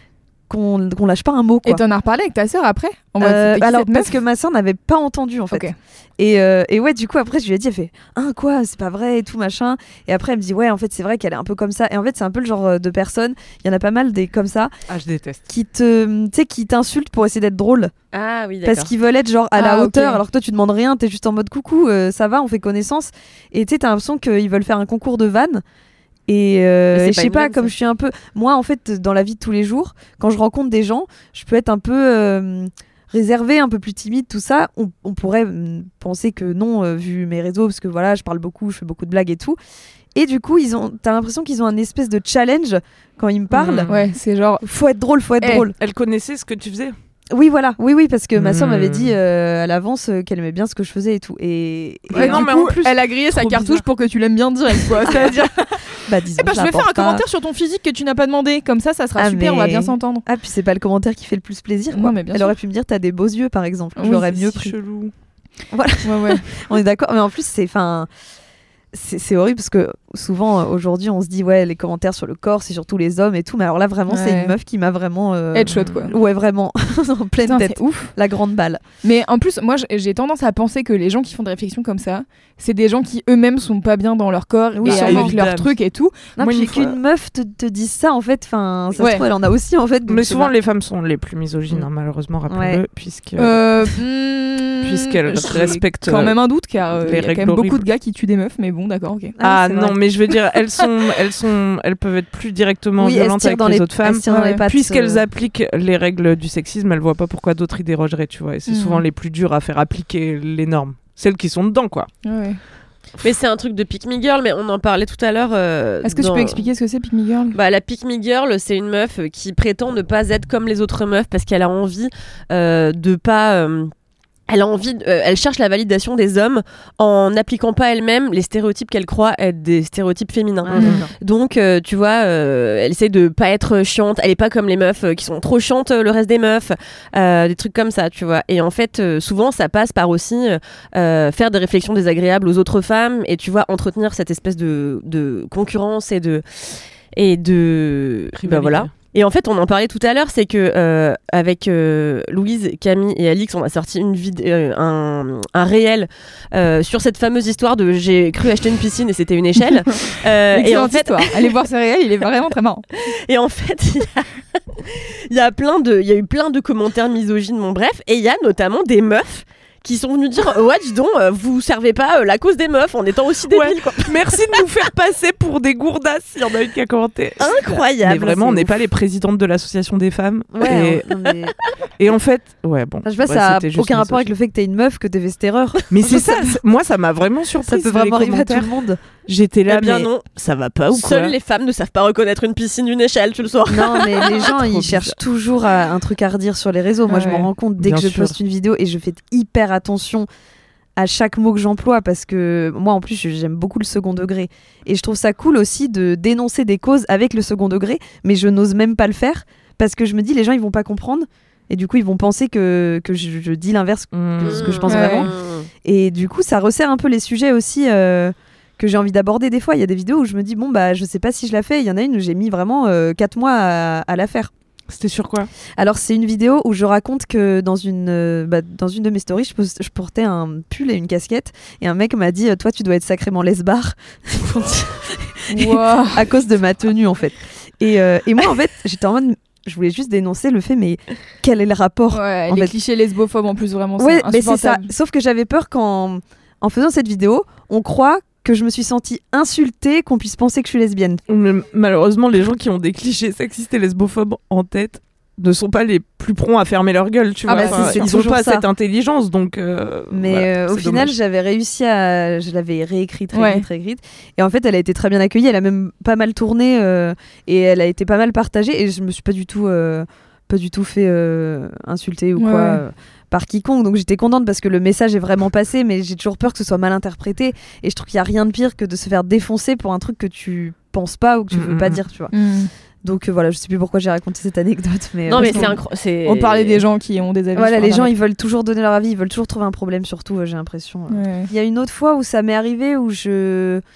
qu'on qu'on lâche pas un mot, quoi. Et t'en as reparlé avec ta sœur après en mode, Euh, c'était qui alors cette parce meuf que ma sœur n'avait pas entendu en fait. Ok. Et, euh, et ouais, du coup après je lui ai dit, elle fait ah quoi, c'est pas vrai et tout machin. Et après elle me dit ouais, en fait c'est vrai qu'elle est un peu comme ça. Et en fait c'est un peu le genre de personne, il y en a pas mal des comme ça Ah, je déteste. qui te, tu sais, qui t'insultent pour essayer d'être drôle Ah oui, d'accord. parce qu'ils veulent être genre à Ah, la ok. hauteur, alors que toi tu demandes rien, t'es juste en mode coucou, euh, ça va, on fait connaissance. Et tu sais t'as l'impression qu'ils veulent faire un concours de vannes. Et, euh, Mais c'est et pas je sais une pas, vanne, comme ça. je suis un peu. Moi, en fait, dans la vie de tous les jours, quand je rencontre des gens, je peux être un peu euh, réservée, un peu plus timide, tout ça. On, on pourrait hum, penser que non, euh, vu mes réseaux, parce que voilà, je parle beaucoup, je fais beaucoup de blagues et tout. Et du coup, ils ont, t'as l'impression qu'ils ont un espèce de challenge quand ils me parlent. Mmh. Ouais, c'est genre. Faut être drôle, faut être Eh, drôle. Elle connaissait ce que tu faisais. Oui, voilà, oui, oui, parce que ma soeur Mmh. m'avait dit euh, à l'avance euh, qu'elle aimait bien ce que je faisais et tout. Et, et Ouais, du non, mais coup, en plus, elle a grillé sa trop cartouche bizarre. pour que tu l'aimes bien direct, quoi. C'est-à-dire, bah, disons, eh ben, je vais faire un l'apporte pas. commentaire sur ton physique que tu n'as pas demandé. Comme ça, ça sera Ah, super, on va mais- bien s'entendre. Ah, puis c'est pas le commentaire qui fait le plus plaisir, quoi. Non, mais bien Elle sûr. aurait pu me dire t'as des beaux yeux, par exemple. Je Oui, l'aurais C'est mieux si pris. chelou. Voilà. Ouais, ouais. On est d'accord, mais en plus c'est, enfin, c'est, c'est horrible parce que souvent euh, aujourd'hui on se dit ouais les commentaires sur le corps c'est surtout les hommes et tout, mais alors là vraiment c'est Ouais. une meuf qui m'a vraiment euh, Headshot, quoi. ouais vraiment en pleine Putain, tête, c'est ouf. la grande balle. Mais en plus, moi, j'ai tendance à penser que les gens qui font des réflexions comme ça, c'est des gens qui eux-mêmes sont pas bien dans leur corps Oui, et sûrement. avec leurs Évidemment. trucs et tout. Non, Moi, puis une fois- qu'une meuf te, te dise ça en fait, enfin ça Ouais. se trouve elle en a aussi en fait. donc Mais c'est souvent pas- les femmes sont les plus misogynes, hein, malheureusement, rappelons-le, Ouais. puisque Euh, hmm, Puisqu'elles j'ai respectent, quand euh, même un doute car euh, les il y a quand règles même beaucoup horribles. de gars qui tuent des meufs, mais bon, d'accord, ok. Ah, Ah, c'est non, vrai. mais je veux dire, elles sont, elles sont, elles peuvent être plus directement oui, elles se violentes tirent avec dans les, les, autres elles femmes. se tirent dans Ouais. les pattes, Puisqu'elles euh, appliquent les règles du sexisme, elles voient pas pourquoi d'autres y dérogeraient, tu vois. Et c'est Mhm. souvent les plus dures à faire appliquer les normes. Celles qui sont dedans, quoi. Ouais. Mais c'est un truc de Pick Me Girl, mais on en parlait tout à l'heure. euh, Est-ce que dans- tu peux expliquer ce que c'est Pick Me Girl? Bah, la Pick Me Girl, c'est une meuf euh, qui prétend ne pas être comme les autres meufs parce qu'elle a envie euh, de pas. euh, Elle a envie, euh, elle cherche la validation des hommes en n'appliquant pas elle-même les stéréotypes qu'elle croit être des stéréotypes féminins. Ah, d'accord. Donc, euh, tu vois, euh, elle essaie de pas être chiante. Elle est pas comme les meufs euh, qui sont trop chiantes, euh, le reste des meufs, euh, des trucs comme ça, tu vois. Et en fait, euh, souvent, ça passe par aussi euh, faire des réflexions désagréables aux autres femmes et tu vois entretenir cette espèce de, de concurrence et de et de bah, voilà. Et en fait, on en parlait tout à l'heure, c'est que euh, avec euh, Louise, Camille et Alix, on a sorti une vid- euh, un, un réel euh, sur cette fameuse histoire de j'ai cru acheter une piscine et c'était une échelle. Euh, et en Excellente fait, histoire. Allez voir ce réel, il est vraiment très marrant. et en fait, il y a, il y a plein de, il y a eu plein de commentaires misogynes, bon bref, et il y a notamment des meufs qui sont venus dire ouais dis donc euh, vous servez pas euh, la cause des meufs en étant aussi débiles Ouais. quoi. Merci de nous faire passer pour des gourdasses. Il y en a une qui a commenté. Incroyable. Mais vraiment, c'est on n'est ouf. pas les présidentes de l'association des femmes. Ouais, et, non, mais... et en fait, ouais, bon. je sais pas, ouais, ça a c'était juste aucun rapport avec misogyne. le fait que t'es une meuf que t'aies fait cette erreur. Mais c'est ça, c'est- moi ça m'a vraiment surpris. Ça peut vraiment arriver à tout le monde. J'étais là, Eh bien mais non. ça va pas ou quoi? Seules les femmes ne savent pas reconnaître une piscine d'une échelle, tu le sauras. Non, mais les gens, Trop ils bizarre. cherchent toujours à- un truc à redire sur les réseaux. Moi, Ouais. je m'en rends compte dès Bien que je sûr. poste une vidéo et je fais hyper attention à chaque mot que j'emploie parce que moi, en plus, j'aime beaucoup le second degré. Et je trouve ça cool aussi de dénoncer des causes avec le second degré, mais je n'ose même pas le faire parce que je me dis, les gens, ils vont pas comprendre. Et du coup, ils vont penser que, que je, je dis l'inverse Mmh. que ce que je pense Ouais. vraiment. Et du coup, ça resserre un peu les sujets aussi euh, que j'ai envie d'aborder des fois. Il y a des vidéos où je me dis, bon, bah, je sais pas si je la fais. Il y en a une où j'ai mis vraiment quatre mois à, à la faire. C'était sur quoi? Alors, c'est une vidéo où je raconte que dans une, euh, bah, dans une de mes stories, je, pos- je portais un pull et une casquette. Et un mec m'a dit, euh, toi, tu dois être sacrément lesbar. Wow. à cause de ma tenue, en fait. Et, euh, et moi, en fait, j'étais en mode. Je voulais juste dénoncer le fait, mais quel est le rapport Ouais, en les fait. clichés lesbophobes en plus, vraiment, Ouais, c'est mais c'est ça. insupportable. Sauf que j'avais peur qu'en en faisant cette vidéo, on croit que je me suis sentie insultée, qu'on puisse penser que je suis lesbienne. Mais malheureusement, les gens qui ont des clichés sexistes et lesbophobes en tête ne sont pas les plus prompts à fermer leur gueule, tu Ah vois. bah, Enfin, c'est- c'est ils ont toujours pas ça. cette intelligence, donc. euh, Mais voilà, euh, au c'est final, dommage. j'avais réussi à. Je l'avais réécrite, Ouais. réécrite, réécrite. Et en fait, elle a été très bien accueillie. Elle a même pas mal tourné euh, et elle a été pas mal partagée. Et je me suis pas du tout, euh, pas du tout fait euh, insulter ou Ouais, quoi. ouais. euh, par quiconque, donc j'étais contente parce que le message est vraiment passé, mais j'ai toujours peur que ce soit mal interprété. Et je trouve qu'il y a rien de pire que de se faire défoncer pour un truc que tu penses pas ou que tu veux Mhm. pas dire, tu vois. Mm. Donc euh, voilà, je sais plus pourquoi j'ai raconté cette anecdote, mais Non euh, mais parce c'est qu'on- incroyable. On parlait des gens qui ont des avis. Voilà, sur les gens Internet. ils veulent toujours donner leur avis, ils veulent toujours trouver un problème, surtout, euh, j'ai l'impression. euh. Ouais. Il y a une autre fois où ça m'est arrivé où je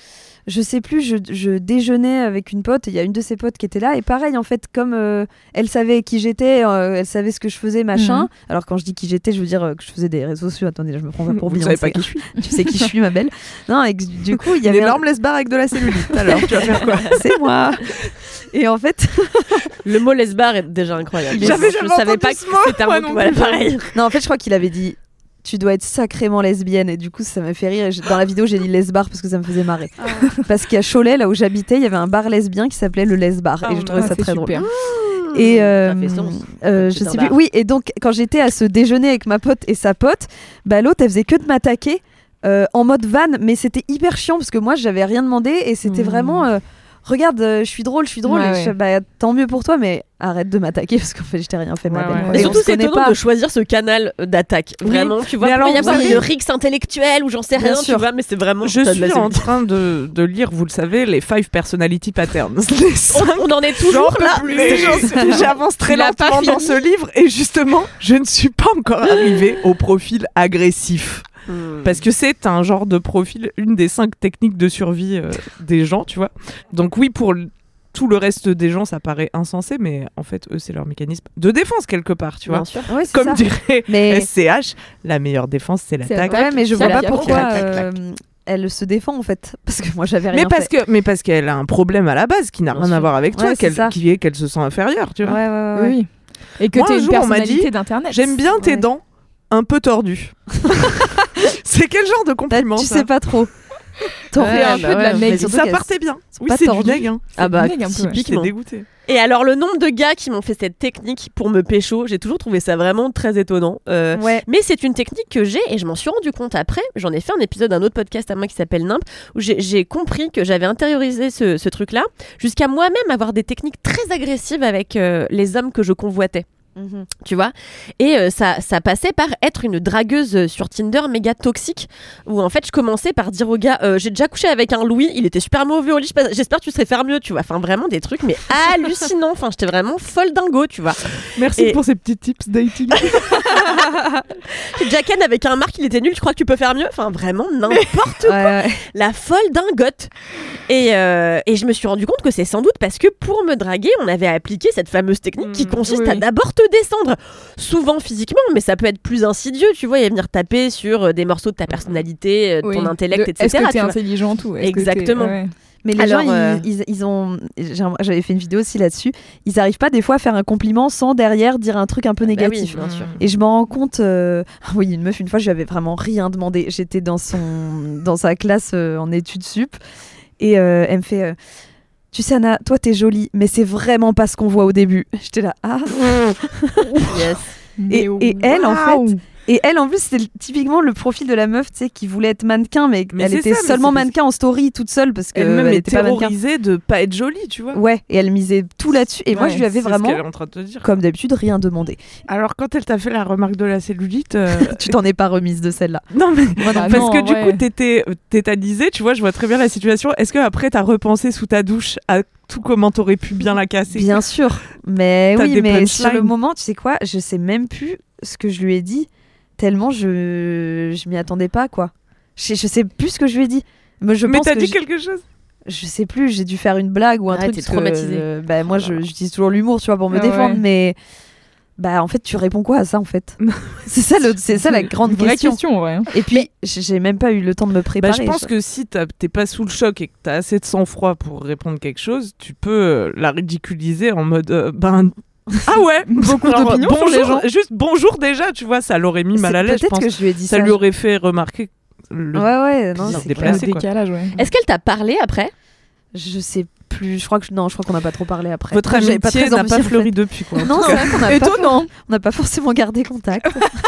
je sais plus, je, je déjeunais avec une pote, et il y a une de ses potes qui était là, et pareil, en fait, comme euh, elle savait qui j'étais, euh, elle savait ce que je faisais, machin. Mhm. Alors, quand je dis qui j'étais, je veux dire euh, que je faisais des réseaux sociaux. Attendez, là, je me prends pas pour Vous Beyoncé. savez pas qui je suis. Tu sais qui je suis, ma belle. Non, et que, du coup, il y avait. L'énorme lesbar avec de la cellulite. Alors, tu vas faire quoi? C'est moi. Et en fait, Le mot lesbar est déjà incroyable. J'avais je jamais savais entendu pas ce que mot, c'était un moi mot. non Voilà, plus. pareil. non, en fait, je crois qu'il avait dit. Tu dois être sacrément lesbienne, et du coup ça m'a fait rire. Et j'ai- dans la vidéo j'ai dit lesbar parce que ça me faisait marrer. Parce qu'à Cholet, là où j'habitais, il y avait un bar lesbien qui s'appelait le Lesbar, Ah, et je trouvais Ah, ça c'est très super. drôle. Et euh, Ça fait sens. euh, je C'est un sais plus. bar. Oui, et donc quand j'étais à ce déjeuner avec ma pote et sa pote, bah l'autre elle faisait que de m'attaquer euh, en mode van, mais c'était hyper chiant parce que moi j'avais rien demandé et c'était Mmh. vraiment euh, regarde, euh, je suis drôle, je suis drôle. Ouais, et je ouais. fais, bah tant mieux pour toi, mais arrête de m'attaquer parce qu'en fait je t'ai rien fait, ma Ouais, belle. ouais. Et Mais on surtout, se c'est connaît étonnant pas. de choisir ce canal d'attaque. Oui. Vraiment, tu vois, Mais il alors, pourrait y vous avoir savez- une rixe intellectuelle ou j'en sais Bien rien, tu sûr. vois, mais c'est vraiment. Je t'as de la suis en cellulite. train de, de lire, vous le savez, les five personality patterns. Les cinq On, on en est toujours J'en là. peux plus. J'en- J'avance très Il a pas lentement dans fini. ce livre et justement, je ne suis pas encore arrivée au profil agressif. Hmm. Parce que c'est un genre de profil, une des cinq techniques de survie euh, des gens, tu vois. Donc oui, pour l- tout le reste des gens, ça paraît insensé, mais en fait, eux, c'est leur mécanisme de défense quelque part, tu vois. Bien sûr. Ouais, c'est Comme ça. dirait Mais S C H, la meilleure défense, c'est C'est l'attaque. ouais, mais je C'est vois la pas pire pourquoi claque, claque, euh, elle se défend en fait, parce que moi j'avais rien Mais parce fait. que, mais parce qu'elle a un problème à la base qui n'a Bien rien à sûr. voir avec toi, Ouais, c'est qu'elle- ça. qui est qu'elle se sent inférieure, tu Ouais, vois. ouais, ouais, ouais. Oui. Et que Moi, t'es un une jour, on m'a personnalité dit, d'internet. J'aime bien tes Ouais. dents un peu tordues. C'est quel genre de Bah, compliment tu ça sais pas trop. T'aurais Ouais, un bah peu de la ouais, nègre. mais surtout Ça qu'elles- partait bien. sont Oui, pas c'est du tordues. nègre. Hein. Ah bah, dingue un peu, ouais. J'étais typiquement. dégoûtée. Et alors, le nombre de gars qui m'ont fait cette technique pour me pécho, j'ai toujours trouvé ça vraiment très étonnant. Euh, Ouais. Mais c'est une technique que j'ai et je m'en suis rendu compte après. J'en ai fait un épisode d'un autre podcast à moi qui s'appelle Nimp où j'ai j'ai compris que j'avais intériorisé ce, ce truc-là jusqu'à moi-même avoir des techniques très agressives avec euh, les hommes que je convoitais. Mhm. Tu vois, et euh, ça, ça passait par être une dragueuse sur Tinder méga toxique où en fait je commençais par dire au gars euh, j'ai déjà couché avec un Louis, il était super mauvais au lit, j'espère j'espère que tu serais faire mieux, tu vois, enfin vraiment des trucs mais hallucinants, enfin j'étais vraiment folle dingo, tu vois. Merci Et- pour ces petits tips dating. J'ai déjà ken avec un Marc, il était nul, je crois que tu peux faire mieux, enfin vraiment n'importe quoi, Ouais, ouais. la folle dingote. Et, euh, et je me suis rendu compte que c'est sans doute parce que pour me draguer, on avait appliqué cette fameuse technique qui Mmh, consiste oui, à oui. d'abord te descendre, souvent physiquement, mais ça peut être plus insidieux, tu vois, et venir taper sur euh, des morceaux de ta personnalité, euh, Oui. ton intellect, De- et cetera. Est-ce que t'es tu vois. intelligent ou est-ce que t'es- Exactement. ouais. Mais les Alors, gens, ils- euh, ils, ils ont. j'ai- J'avais fait une vidéo aussi là-dessus. Ils arrivent pas des fois à faire un compliment sans derrière dire un truc un peu Bah oui, négatif. bien sûr. Et je m'en rends compte. euh, ah oui, une meuf, une fois, je lui avais vraiment rien demandé. J'étais dans, son... dans sa classe euh, en études sup. Et euh, elle me fait euh, tu sais, Anna, toi, t'es jolie, mais c'est vraiment pas ce qu'on voit au début. J'étais là, ah. Yes. Et, Mais et elle, en waouh. fait. Et elle, en plus, c'était typiquement le profil de la meuf, tu sais, qui voulait être mannequin, mais, Mais elle c'est était ça, mais seulement c'est parce- mannequin en story toute seule parce que Elle-même elle est était pas mannequin. terrorisée de pas être jolie, tu vois. Ouais, et elle misait tout là-dessus. Et moi, Ouais, je lui avais C'est ce vraiment, qu'elle est en train de te dire. comme d'habitude, rien demandé. Alors, quand elle t'a fait la remarque de la cellulite, euh, Tu t'en es pas remise de celle-là. non mais Moi, non. Bah parce non, que du ouais. coup t'étais euh, tétanisée, tu vois, je vois très bien la situation. Est-ce que après t'as repensé sous ta douche à tout comment t'aurais pu bien la casser? Bien sûr. Mais T'as oui, des mais sur le punchlines. moment, tu sais quoi, je sais même plus ce que je lui ai dit, tellement je, je m'y attendais pas, quoi. Je, je sais plus ce que je lui ai dit. Mais je Mais pense t'as que dit je- quelque chose? je sais plus, j'ai dû faire une blague ou un Ah, truc. t'es parce que, traumatisée. euh, bah, moi, je- j'utilise toujours l'humour, tu vois, pour me Ah défendre, ouais. mais. Bah, en fait, tu réponds quoi à ça, en fait? C'est ça, le- c'est ça la grande Vraie question. question, ouais. Et puis, j'ai j'ai même pas eu le temps de me Bah, préparer. je pense que si t'as- t'es pas sous le choc et que t'as assez de sang-froid pour répondre quelque chose, tu peux euh, la ridiculiser en mode euh, ben. Ah ouais, Beaucoup Alors, d'opinions sur les bonjour, gens. juste bonjour déjà, tu vois, ça l'aurait mis mal à l'aise. Je Peut-être pense que je lui ai dit ça. ça lui aurait fait remarquer le. Ouais, ouais, non, Bien c'est déplacé. clair. Le décalage, ouais. Est-ce qu'elle t'a parlé après? Je sais plus. Je crois que non, je crois qu'on n'a pas trop parlé après. Votre J'avais amitié pas très n'a envie, pas en fait. fleuri depuis quoi. Non, c'est vrai qu'on n'a pas, Étonnant. on n'a pas forcément gardé contact.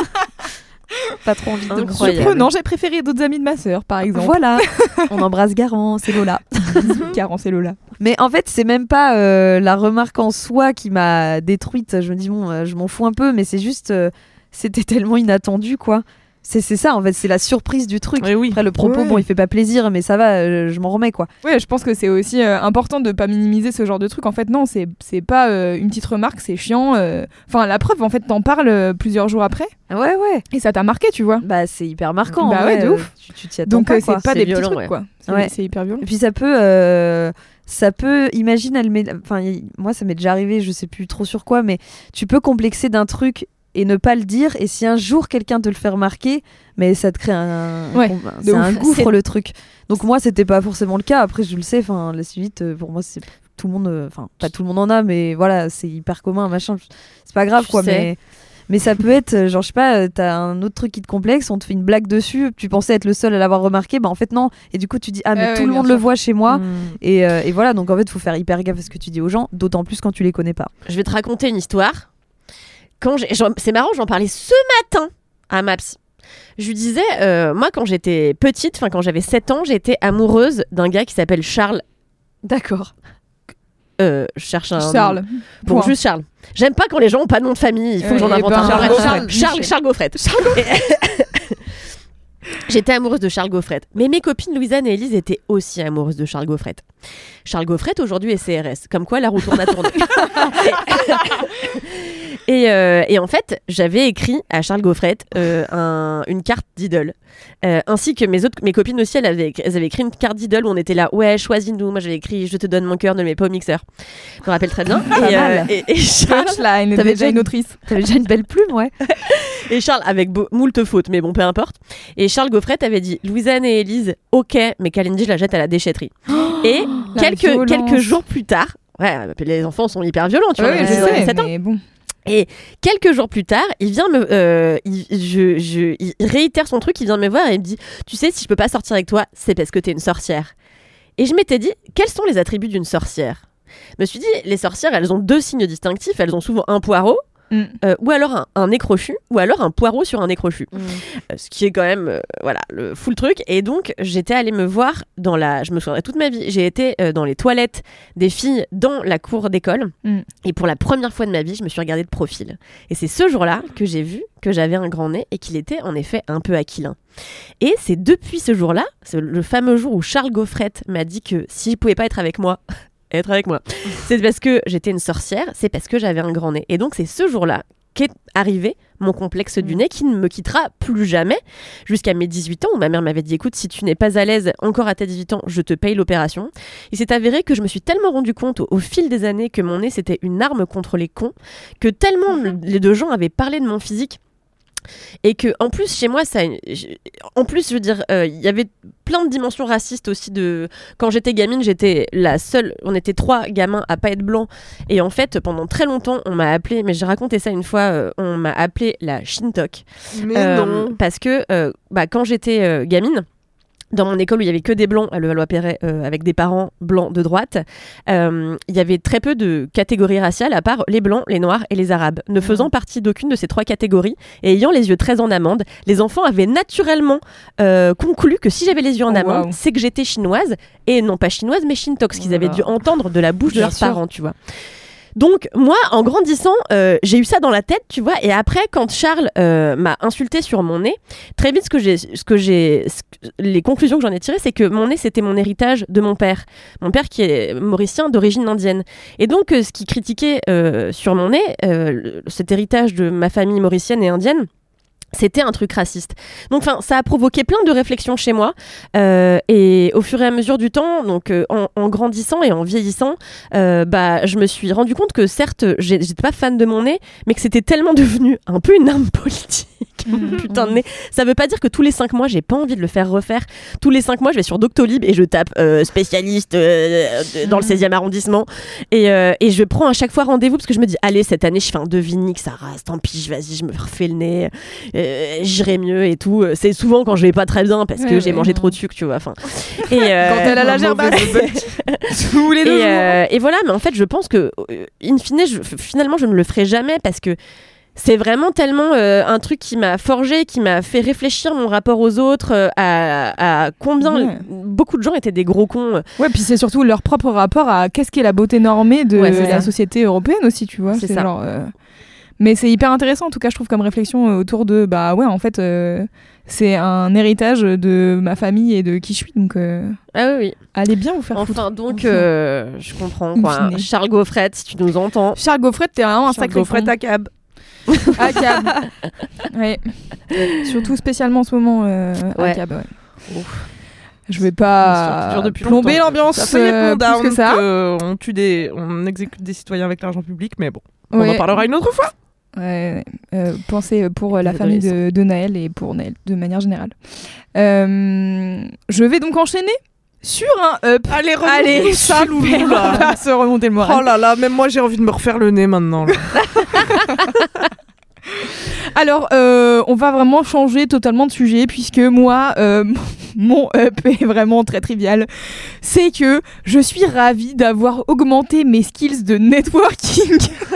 Pas trop envie de me Incroyable. Surprenant, j'ai préféré d'autres amis de ma sœur, par exemple. Voilà, on embrasse Garance et Lola. Carence et Lola. Mais en fait, c'est même pas euh, la remarque en soi qui m'a détruite. Je me dis, bon, euh, je m'en fous un peu, mais c'est juste, euh, c'était tellement inattendu, quoi. C'est, c'est ça, en fait, c'est la surprise du truc. Et oui. Après, le propos, Ouais. bon, il fait pas plaisir, mais ça va, euh, je m'en remets, quoi. Ouais, je pense que c'est aussi euh, important de pas minimiser ce genre de truc. En fait, non, c'est, c'est pas euh, une petite remarque, c'est chiant. euh. Enfin, la preuve, en fait, t'en parles euh, plusieurs jours après Ouais, ouais. et ça t'a marqué, tu vois. Bah, c'est hyper marquant. Bah en ouais, vrai, de euh, ouf. Tu, tu t'y attends Donc, pas, euh, quoi. c'est pas C'est des violent, petits trucs, ouais. quoi. C'est, Ouais. c'est hyper violent. Et puis ça peut, euh, ça peut, imagine, elle met, enfin, y- moi ça m'est déjà arrivé, je sais plus trop sur quoi, mais tu peux complexer d'un truc et ne pas le dire, et si un jour quelqu'un te le fait remarquer, mais ça te crée un, Ouais, un- de c'est ouf. un gouffre C'est- le truc. Donc moi c'était pas forcément le cas. Après je le sais, enfin la suite, euh, pour moi c'est tout le monde, euh, enfin pas tout le monde en a, mais voilà c'est hyper commun, machin. C'est pas grave Tu quoi, sais. mais. Mais ça peut être, euh, genre, je sais pas, euh, t'as un autre truc qui te complexe, on te fait une blague dessus, tu pensais être le seul à l'avoir remarqué, bah en fait non. Et du coup, tu dis, ah, mais Ah tout ouais, le bien monde sûr. le voit chez moi. Mm. Et, euh, et voilà, donc en fait, faut faire hyper gaffe à ce que tu dis aux gens, d'autant plus quand tu les connais pas. Je vais te raconter une histoire. Quand j'ai- j'en- c'est marrant, j'en parlais ce matin à ma psy. Je lui disais, euh, moi quand j'étais petite, enfin quand j'avais sept ans, j'étais amoureuse d'un gars qui s'appelle Charles. D'accord. Euh, je cherche un. Charles. Bon, Point. juste Charles. J'aime pas quand les gens ont pas de nom de famille, il faut Euh, que j'en eh invente ben, un. Charles Charles, Gaufret. Charles, Charles, Charles Gaufret. Et- J'étais amoureuse de Charles Gaufret. Mais mes copines Louisanne et Élise étaient aussi amoureuses de Charles Gaufret. Charles Gaufret aujourd'hui est C R S. Comme quoi la roue tourne à tourner. et, et, euh, et en fait, j'avais écrit à Charles Gaufret euh, un- une carte d'idole. Euh, ainsi que mes autres mes copines aussi, elles avaient, elles avaient écrit une carte d'idole où on était là, ouais, choisis-nous. Moi j'avais écrit, je te donne mon cœur, ne le mets pas au mixeur. Je me rappelle très bien. Pas et, mal. et, et Charles, Punchline, T'avais déjà déjà une autrice. T'avais déjà une belle plume, ouais. Et Charles, avec beau- moult fautes, mais bon, peu importe. Et Charles Gaufret avait dit Louisanne et Élise, ok, mais Kalindi, je la jette à la déchetterie. et la quelques, violence. quelques jours plus tard, ouais, les enfants sont hyper violents, tu vois, Ouais, même je si ils ont sais, sept ans. mais bon. Et quelques jours plus tard, il vient me, euh, il, je, je, il réitère son truc, il vient me voir et il me dit, tu sais, si je peux pas sortir avec toi, c'est parce que t'es une sorcière. Et je m'étais dit, quels sont les attributs d'une sorcière ? Je me suis dit, les sorcières, elles ont deux signes distinctifs, elles ont souvent un poireau, Mm. euh, ou alors un, un nez crochu, ou alors un poireau sur un nez crochu. Euh, ce qui est quand même, euh, voilà, le full truc. Et donc, j'étais allée me voir dans la, je me souviendrai toute ma vie, j'ai été euh, dans les toilettes des filles dans la cour d'école. Mm. Et pour la première fois de ma vie, je me suis regardée de profil. Et c'est ce jour-là que j'ai vu que j'avais un grand nez et qu'il était en effet un peu aquilin. Et c'est depuis ce jour-là, c'est le fameux jour où Charles Gaufret m'a dit que s'il pouvait pas être avec moi, être avec moi, c'est parce que j'étais une sorcière, c'est parce que j'avais un grand nez. Et donc c'est ce jour-là qu'est arrivé mon complexe du nez qui ne me quittera plus jamais jusqu'à mes dix-huit ans où ma mère m'avait dit écoute, si tu n'es pas à l'aise encore à tes dix-huit ans, je te paye l'opération. Il s'est avéré que je me suis tellement rendu compte au, au fil des années que mon nez c'était une arme contre les cons, que tellement le- les deux gens avaient parlé de mon physique. Et que en plus chez moi ça en plus je veux dire euh, il y avait plein de dimensions racistes aussi de quand j'étais gamine, j'étais la seule, on était trois gamins à pas être blancs et en fait pendant très longtemps on m'a appelé, mais j'ai raconté ça une fois, euh, on m'a appelé la Shintok. Mais Euh, non. parce que euh, bah, quand j'étais euh, gamine, dans mon école où il y avait que des blancs à Levallois-Perret euh, avec des parents blancs de droite, euh, il y avait très peu de catégories raciales à part les blancs, les noirs et les arabes. Ne faisant partie d'aucune de ces trois catégories et ayant les yeux très en amande, les enfants avaient naturellement euh, conclu que si j'avais les yeux en Oh, amande, wow. c'est que j'étais chinoise et non pas chinoise mais shintok, ce qu'ils Oh là avaient là. dû entendre de la bouche de Bien leurs sûr. parents, tu vois. Donc moi, en grandissant, euh, j'ai eu ça dans la tête, tu vois. Et après, quand Charles euh, m'a insulté sur mon nez, très vite, ce que j'ai, ce que j'ai, ce que- les conclusions que j'en ai tirées, c'est que mon nez, c'était mon héritage de mon père, mon père qui est mauricien d'origine indienne. Et donc, euh, ce qui critiquait euh, sur mon nez, euh, le- cet héritage de ma famille mauricienne et indienne. C'était un truc raciste. Donc, enfin, ça a provoqué plein de réflexions chez moi. Euh, et au fur et à mesure du temps, donc euh, en, en grandissant et en vieillissant, euh, bah, je me suis rendu compte que certes, j'ai- j'étais pas fan de mon nez, mais que c'était tellement devenu un peu une arme politique. Mon putain de nez. Ça veut pas dire que tous les cinq mois, j'ai pas envie de le faire refaire. Tous les cinq mois, je vais sur Doctolib et je tape euh, spécialiste euh, de- dans le seizième arrondissement. Et, euh, et je prends à chaque fois rendez-vous parce que je me dis, allez, cette année, je fais un Devinique, ça rase, tant pis, vas-y, je me refais le nez. Euh, j'irai mieux et tout. C'est souvent quand je vais pas très bien parce que Ouais, j'ai ouais. mangé trop de sucre, tu vois. Enfin, et euh, Quand elle a la un gerbasse mauvais tous les deux et, jours. euh, et voilà, mais en fait, je pense que euh, in fine, je, f- finalement, je ne le ferai jamais parce que c'est vraiment tellement euh, un truc qui m'a forgé, qui m'a fait réfléchir mon rapport aux autres, euh, à, à combien Ouais. beaucoup de gens étaient des gros cons. euh. Ouais, puis c'est surtout leur propre rapport à qu'est-ce qu'est la beauté normée de Ouais, c'est la ça. société européenne aussi, tu vois. C'est ça. Genre, euh, Mais c'est hyper intéressant, en tout cas, je trouve, comme réflexion euh, autour de, bah ouais, en fait, euh, c'est un héritage de ma famille et de qui je suis, donc euh, Ah oui, oui. allez bien vous faire Enfin, foutre. donc, Enfin. euh, je comprends, In quoi. fine. Charles Gaufrette, si tu nous entends. Charles Gaufrette, t'es vraiment un Charles sacré Gaufrette con. à cab. À cab. Ouais. Surtout spécialement en ce moment, euh, à Ouais. cab, ouais. Ouf. Je vais Une histoire pas qui dure depuis plomber longtemps. l'ambiance Ça fait euh, mon down plus que ça. que on tue des, on exécute des citoyens avec l'argent public, mais bon, on Ouais. en parlera une autre fois. Ouais, ouais. Euh, pensez pour euh, la C'est famille de, de Naël et pour Naël de manière générale. Euh, je vais donc enchaîner sur un up. Allez, Allez, ça, super, loulou, on là. va se remonter le moral. Oh là là, même moi j'ai envie de me refaire le nez maintenant. Là. Alors, euh, on va vraiment changer totalement de sujet puisque moi, euh, mon up est vraiment très trivial. C'est que je suis ravie d'avoir augmenté mes skills de networking.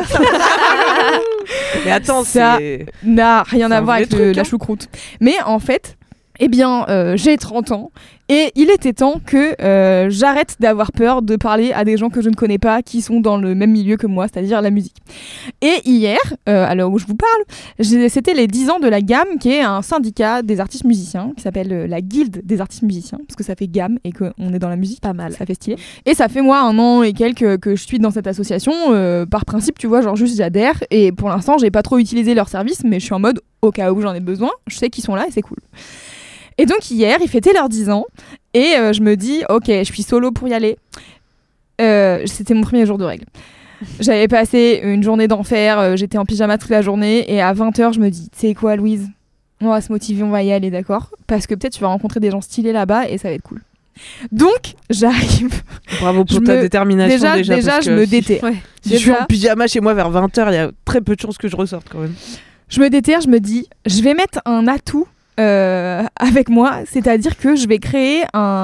Mais attends, Ça c'est. N'a rien C'est à un voir vrai avec le- truc, la hein. choucroute. Mais en fait, eh bien, euh, j'ai trente ans et il était temps que euh, j'arrête d'avoir peur de parler à des gens que je ne connais pas qui sont dans le même milieu que moi, c'est-à-dire la musique. Et hier, euh, à l'heure où je vous parle, j'ai- c'était les dix ans de la GAM, qui est un syndicat des artistes musiciens, qui s'appelle euh, la Guilde des artistes musiciens, parce que ça fait GAM et qu'on est dans la musique. Pas mal. Ça fait stylé. Et ça fait moi un an et quelques que je suis dans cette association. euh, par principe, tu vois, genre juste j'adhère. Et pour l'instant, j'ai pas trop utilisé leurs services, mais je suis en mode au cas où j'en ai besoin, je sais qu'ils sont là et c'est cool. Et donc hier, ils fêtaient leurs dix ans. Et euh, je me dis, ok, je suis solo pour y aller. Euh, c'était mon premier jour de règle. J'avais passé une journée d'enfer, euh, j'étais en pyjama toute la journée. Et à vingt heures, je me dis, tu sais quoi, Louise, on va se motiver, on va y aller, d'accord ? Parce que peut-être tu vas rencontrer des gens stylés là-bas et ça va être cool. Donc, j'arrive. Bravo pour Je ta me- détermination Déjà, déjà. déjà, parce je que me si- déterre. Ouais. Si je suis Déjà- en pyjama chez moi vers vingt heures, il y a très peu de chances que je ressorte quand même. Je me déterre, je me dis, je vais mettre un atout euh, avec moi, c'est-à-dire que je vais créer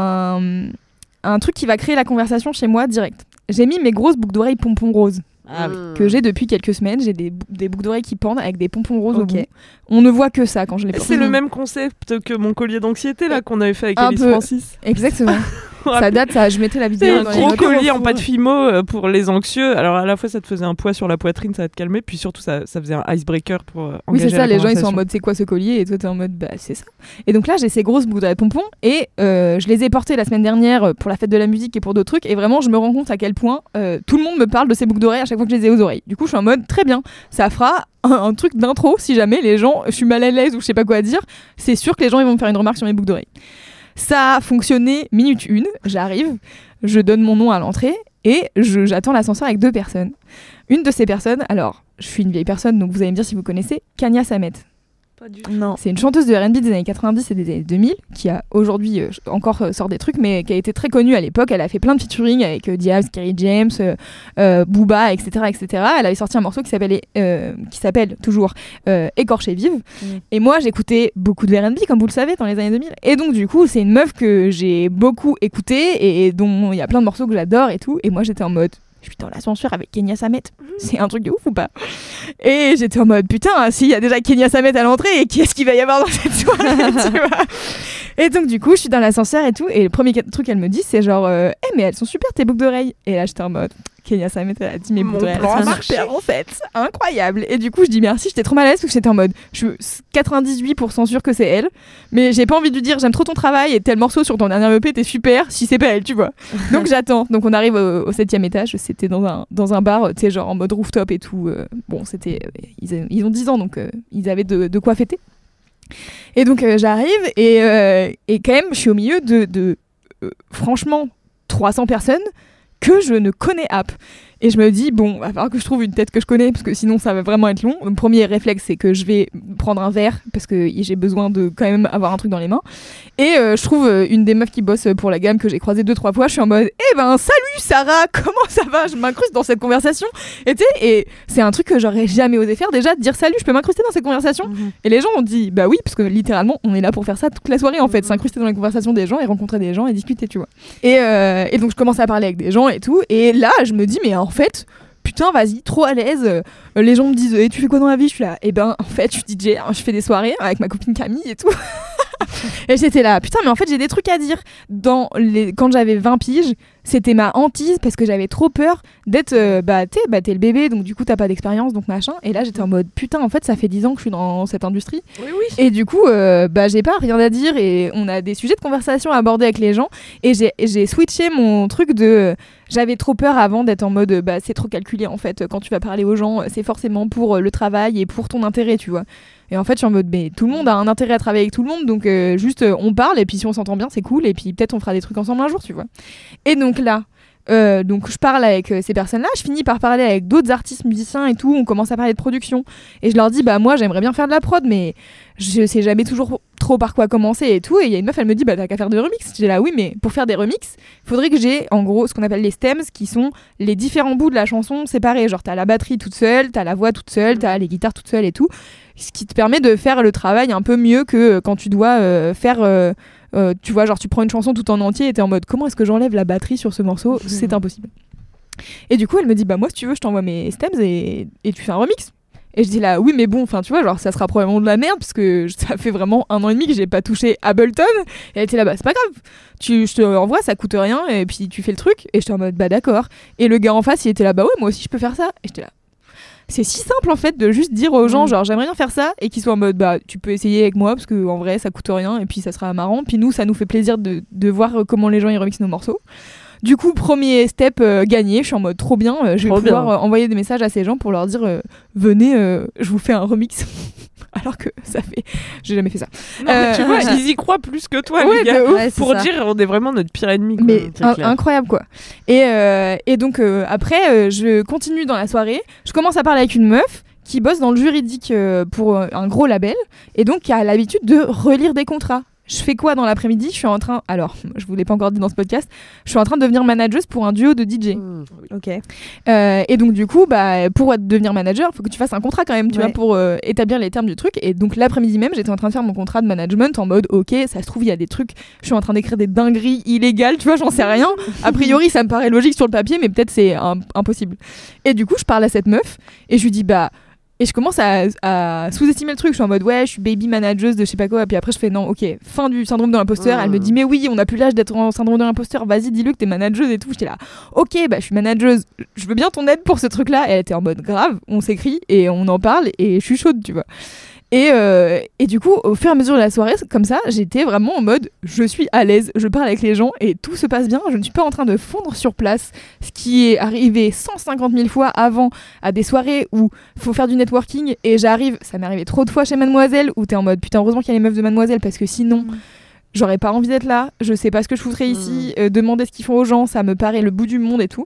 un, un truc qui va créer la conversation chez moi direct. J'ai mis mes grosses boucles d'oreilles pompons roses Ah oui. Hmm. que j'ai depuis quelques semaines. J'ai des, bou- des boucles d'oreilles qui pendent avec des pompons roses au Ok. bout. On ne voit que ça quand je les porte. C'est le même concept que mon collier d'anxiété là qu'on avait fait avec Un Alice peu. Francis. Exactement. Ça date, ça, je mettrai la C'est vidéo un dans les gros notes. collier en pâte fimo euh, pour les anxieux. Alors à la fois ça te faisait un poids sur la poitrine, ça va te calmer, puis surtout ça, ça faisait un icebreaker pour euh, Oui, engager c'est ça, la les gens ils sont en conversation. mode c'est quoi ce collier et toi t'es en mode bah c'est ça. Et donc là j'ai ces grosses boucles de pompons et euh, je les ai portées la semaine dernière euh, pour la fête de la musique et pour d'autres trucs et vraiment je me rends compte à quel point euh, tout le monde me parle de ces boucles d'oreilles à chaque fois que je les ai aux oreilles. Du coup je suis en mode très bien, ça fera un, un truc d'intro si jamais les gens, je suis mal à l'aise ou je sais pas quoi dire, c'est sûr que les gens ils vont me faire une remarque sur mes boucles d'oreilles. Ça a fonctionné minute une, j'arrive, je donne mon nom à l'entrée et je- j'attends l'ascenseur avec deux personnes. Une de ces personnes, alors je suis une vieille personne donc vous allez me dire si vous connaissez, Kanya Samet. Non. C'est une chanteuse de R and B des années quatre-vingt-dix et des années deux mille qui a aujourd'hui euh, encore euh, sort des trucs mais qui a été très connue à l'époque. Elle a fait plein de featuring avec euh, Diaz, Kerry James, euh, euh, Booba, et cetera, et cetera. Elle avait sorti un morceau qui s'appelle euh, qui s'appelle toujours euh, Écorchée vive. Mm. Et moi j'écoutais beaucoup de R and B comme vous le savez dans les années deux mille. Et donc du coup c'est une meuf que j'ai beaucoup écoutée et dont il y a plein de morceaux que j'adore et tout. Et moi j'étais en mode je suis dans l'ascenseur avec Kenya Samet. C'est un truc de ouf ou pas? Et j'étais en mode putain, s'il y a déjà Kenya Samet à l'entrée, et qui est-ce qu'il va y avoir dans cette soirée, tu vois? Et donc du coup, je suis dans l'ascenseur et tout, et le premier truc qu'elle me dit, c'est genre, eh hey, mais elles sont super tes boucles d'oreilles. Et là, j'étais en mode, Kenya Samet, elle a dit mes Mon boucles d'oreilles, plan a elles sont marché. super en fait, incroyable. Et du coup, je dis merci, j'étais trop mal à l'aise parce que j'étais en mode, je suis quatre-vingt-dix-huit pour cent sûre que c'est elle, mais j'ai pas envie de lui dire j'aime trop ton travail et tel morceau sur ton dernier E P, t'es super, si c'est pas elle, tu vois. Donc j'attends. Donc on arrive au, au septième étage, c'était dans un, dans un bar, tu sais, genre en mode rooftop et tout. euh, bon, c'était, euh, ils, ils ont dix ans, donc euh, ils avaient de, de quoi fêter. Et donc euh, j'arrive et, euh, et quand même, je suis au milieu de, de euh, franchement, trois cents personnes que je ne connais app. Et je me dis, bon, va falloir que je trouve une tête que je connais, parce que sinon ça va vraiment être long. Le premier réflexe, c'est que je vais prendre un verre, parce que j'ai besoin de quand même avoir un truc dans les mains. Et euh, je trouve euh, une des meufs qui bosse pour la gamme que j'ai croisée deux, trois fois. Je suis en mode, eh ben, salut Sarah, comment ça va? Je m'incruste dans cette conversation. Et tu sais, et c'est un truc que j'aurais jamais osé faire, déjà, de dire salut, je peux m'incruster dans cette conversation. Mhm. Et les gens ont dit, bah oui, parce que littéralement, on est là pour faire ça toute la soirée, en fait, s'incruster dans les conversations des gens et rencontrer des gens et discuter, tu vois. Et, euh, et donc, je commence à parler avec des gens et tout. Et là, je me dis, mais en fait, putain, vas-y, trop à l'aise. Euh, les gens me disent, eh, tu fais quoi dans la vie? Je suis là, eh ben, en fait, je suis D J, hein, je fais des soirées avec ma copine Camille et tout. Et j'étais là, putain, mais en fait, j'ai des trucs à dire. Dans les... Quand j'avais vingt piges, c'était ma hantise parce que j'avais trop peur d'être euh, bah tu sais bah t'es le bébé donc du coup t'as pas d'expérience donc machin et là j'étais en mode putain en fait ça fait dix ans que je suis dans cette industrie Oui, oui. et du coup euh, bah j'ai pas rien à dire et on a des sujets de conversation à aborder avec les gens et j'ai, j'ai switché mon truc de euh, j'avais trop peur avant d'être en mode bah c'est trop calculé en fait quand tu vas parler aux gens c'est forcément pour le travail et pour ton intérêt tu vois. Et en fait, je suis en mode, mais tout le monde a un intérêt à travailler avec tout le monde, donc euh, juste euh, on parle, et puis si on s'entend bien, c'est cool, et puis peut-être on fera des trucs ensemble un jour, tu vois. Et donc là, euh, donc je parle avec euh, ces personnes-là, je finis par parler avec d'autres artistes, musiciens et tout, on commence à parler de production. Et je leur dis, bah moi j'aimerais bien faire de la prod, mais je sais jamais toujours trop par quoi commencer et tout. Et il y a une meuf, elle me dit, bah t'as qu'à faire des remixes. J'ai là, oui, mais pour faire des remixes, il faudrait que j'ai en gros ce qu'on appelle les stems, qui sont les différents bouts de la chanson séparés. Genre t'as la batterie toute seule, t'as la voix toute seule, t'as les guitares toutes seules et tout. Ce qui te permet de faire le travail un peu mieux que quand tu dois euh, faire... Euh, Euh, tu vois, genre tu prends une chanson tout en entier et t'es en mode comment est-ce que j'enlève la batterie sur ce morceau, c'est impossible. Et du coup elle me dit bah moi si tu veux je t'envoie mes stems et, et tu fais un remix. Et je dis là oui mais bon enfin tu vois genre ça sera probablement de la merde parce que ça fait vraiment un an et demi que j'ai pas touché Ableton. Et elle était là bah c'est pas grave, tu, je te envoie ça coûte rien et puis tu fais le truc. Et j'étais en mode bah d'accord. Et le gars en face il était là bah ouais moi aussi je peux faire ça. Et j'étais là c'est si simple en fait de juste dire aux gens genre j'aimerais bien faire ça et qu'ils soient en mode bah tu peux essayer avec moi parce que en vrai ça coûte rien et puis ça sera marrant puis nous ça nous fait plaisir de, de voir comment les gens ils remixent nos morceaux. Du coup premier step euh, gagné, je suis en mode trop bien, euh, je vais Trop pouvoir bien. euh, envoyer des messages à ces gens pour leur dire euh, venez euh, je vous fais un remix. Alors que ça fait j'ai jamais fait ça. Non, mais Euh, tu vois, ils y croient plus que toi, ouais, les gars. de ouf. Ouais, c'est Pour ça. dire, on est vraiment notre pire ennemi. Quoi. Mais c'est in- clair. incroyable quoi. Et, euh, et donc euh, après euh, je continue dans la soirée, je commence à parler avec une meuf qui bosse dans le juridique euh, pour euh, un gros label et donc qui a l'habitude de relire des contrats. Je fais quoi dans l'après-midi ? Je suis en train, alors je vous l'ai pas encore dit dans ce podcast, je suis en train de devenir manageuse pour un duo de D J. Mmh. Ok. Euh, et donc du coup, bah, pour devenir manager, il faut que tu fasses un contrat quand même, tu Ouais. vois, pour euh, établir les termes du truc. Et donc l'après-midi même, j'étais en train de faire mon contrat de management en mode, ok, ça se trouve il y a des trucs, je suis en train d'écrire des dingueries illégales, tu vois, j'en sais rien. A priori, ça me paraît logique sur le papier, mais peut-être c'est un- impossible. Et du coup, je parle à cette meuf et je lui dis bah. Et je commence à, à sous-estimer le truc. Je suis en mode, ouais, je suis baby manageuse de je sais pas quoi. Puis après, je fais, non, ok, fin du syndrome de l'imposteur. Mmh. Elle me dit, mais oui, on n'a plus l'âge d'être en syndrome de l'imposteur. Vas-y, dis-le que t'es manageuse et tout. J'étais là, ok, bah, je suis manageuse. Je veux bien ton aide pour ce truc-là. Et elle était en mode, grave, on s'écrit et on en parle et je suis chaude, tu vois. Et, euh, et du coup, au fur et à mesure de la soirée, comme ça, j'étais vraiment en mode, je suis à l'aise, je parle avec les gens et tout se passe bien. Je ne suis pas en train de fondre sur place, ce qui est arrivé cent cinquante mille fois avant à des soirées où faut faire du networking et j'arrive, ça m'est arrivé trop de fois chez Mademoiselle où t'es en mode, putain, heureusement qu'il y a les meufs de Mademoiselle parce que sinon... J'aurais pas envie d'être là, je sais pas ce que je foutrais ici, euh, demander ce qu'ils font aux gens, ça me paraît le bout du monde et tout.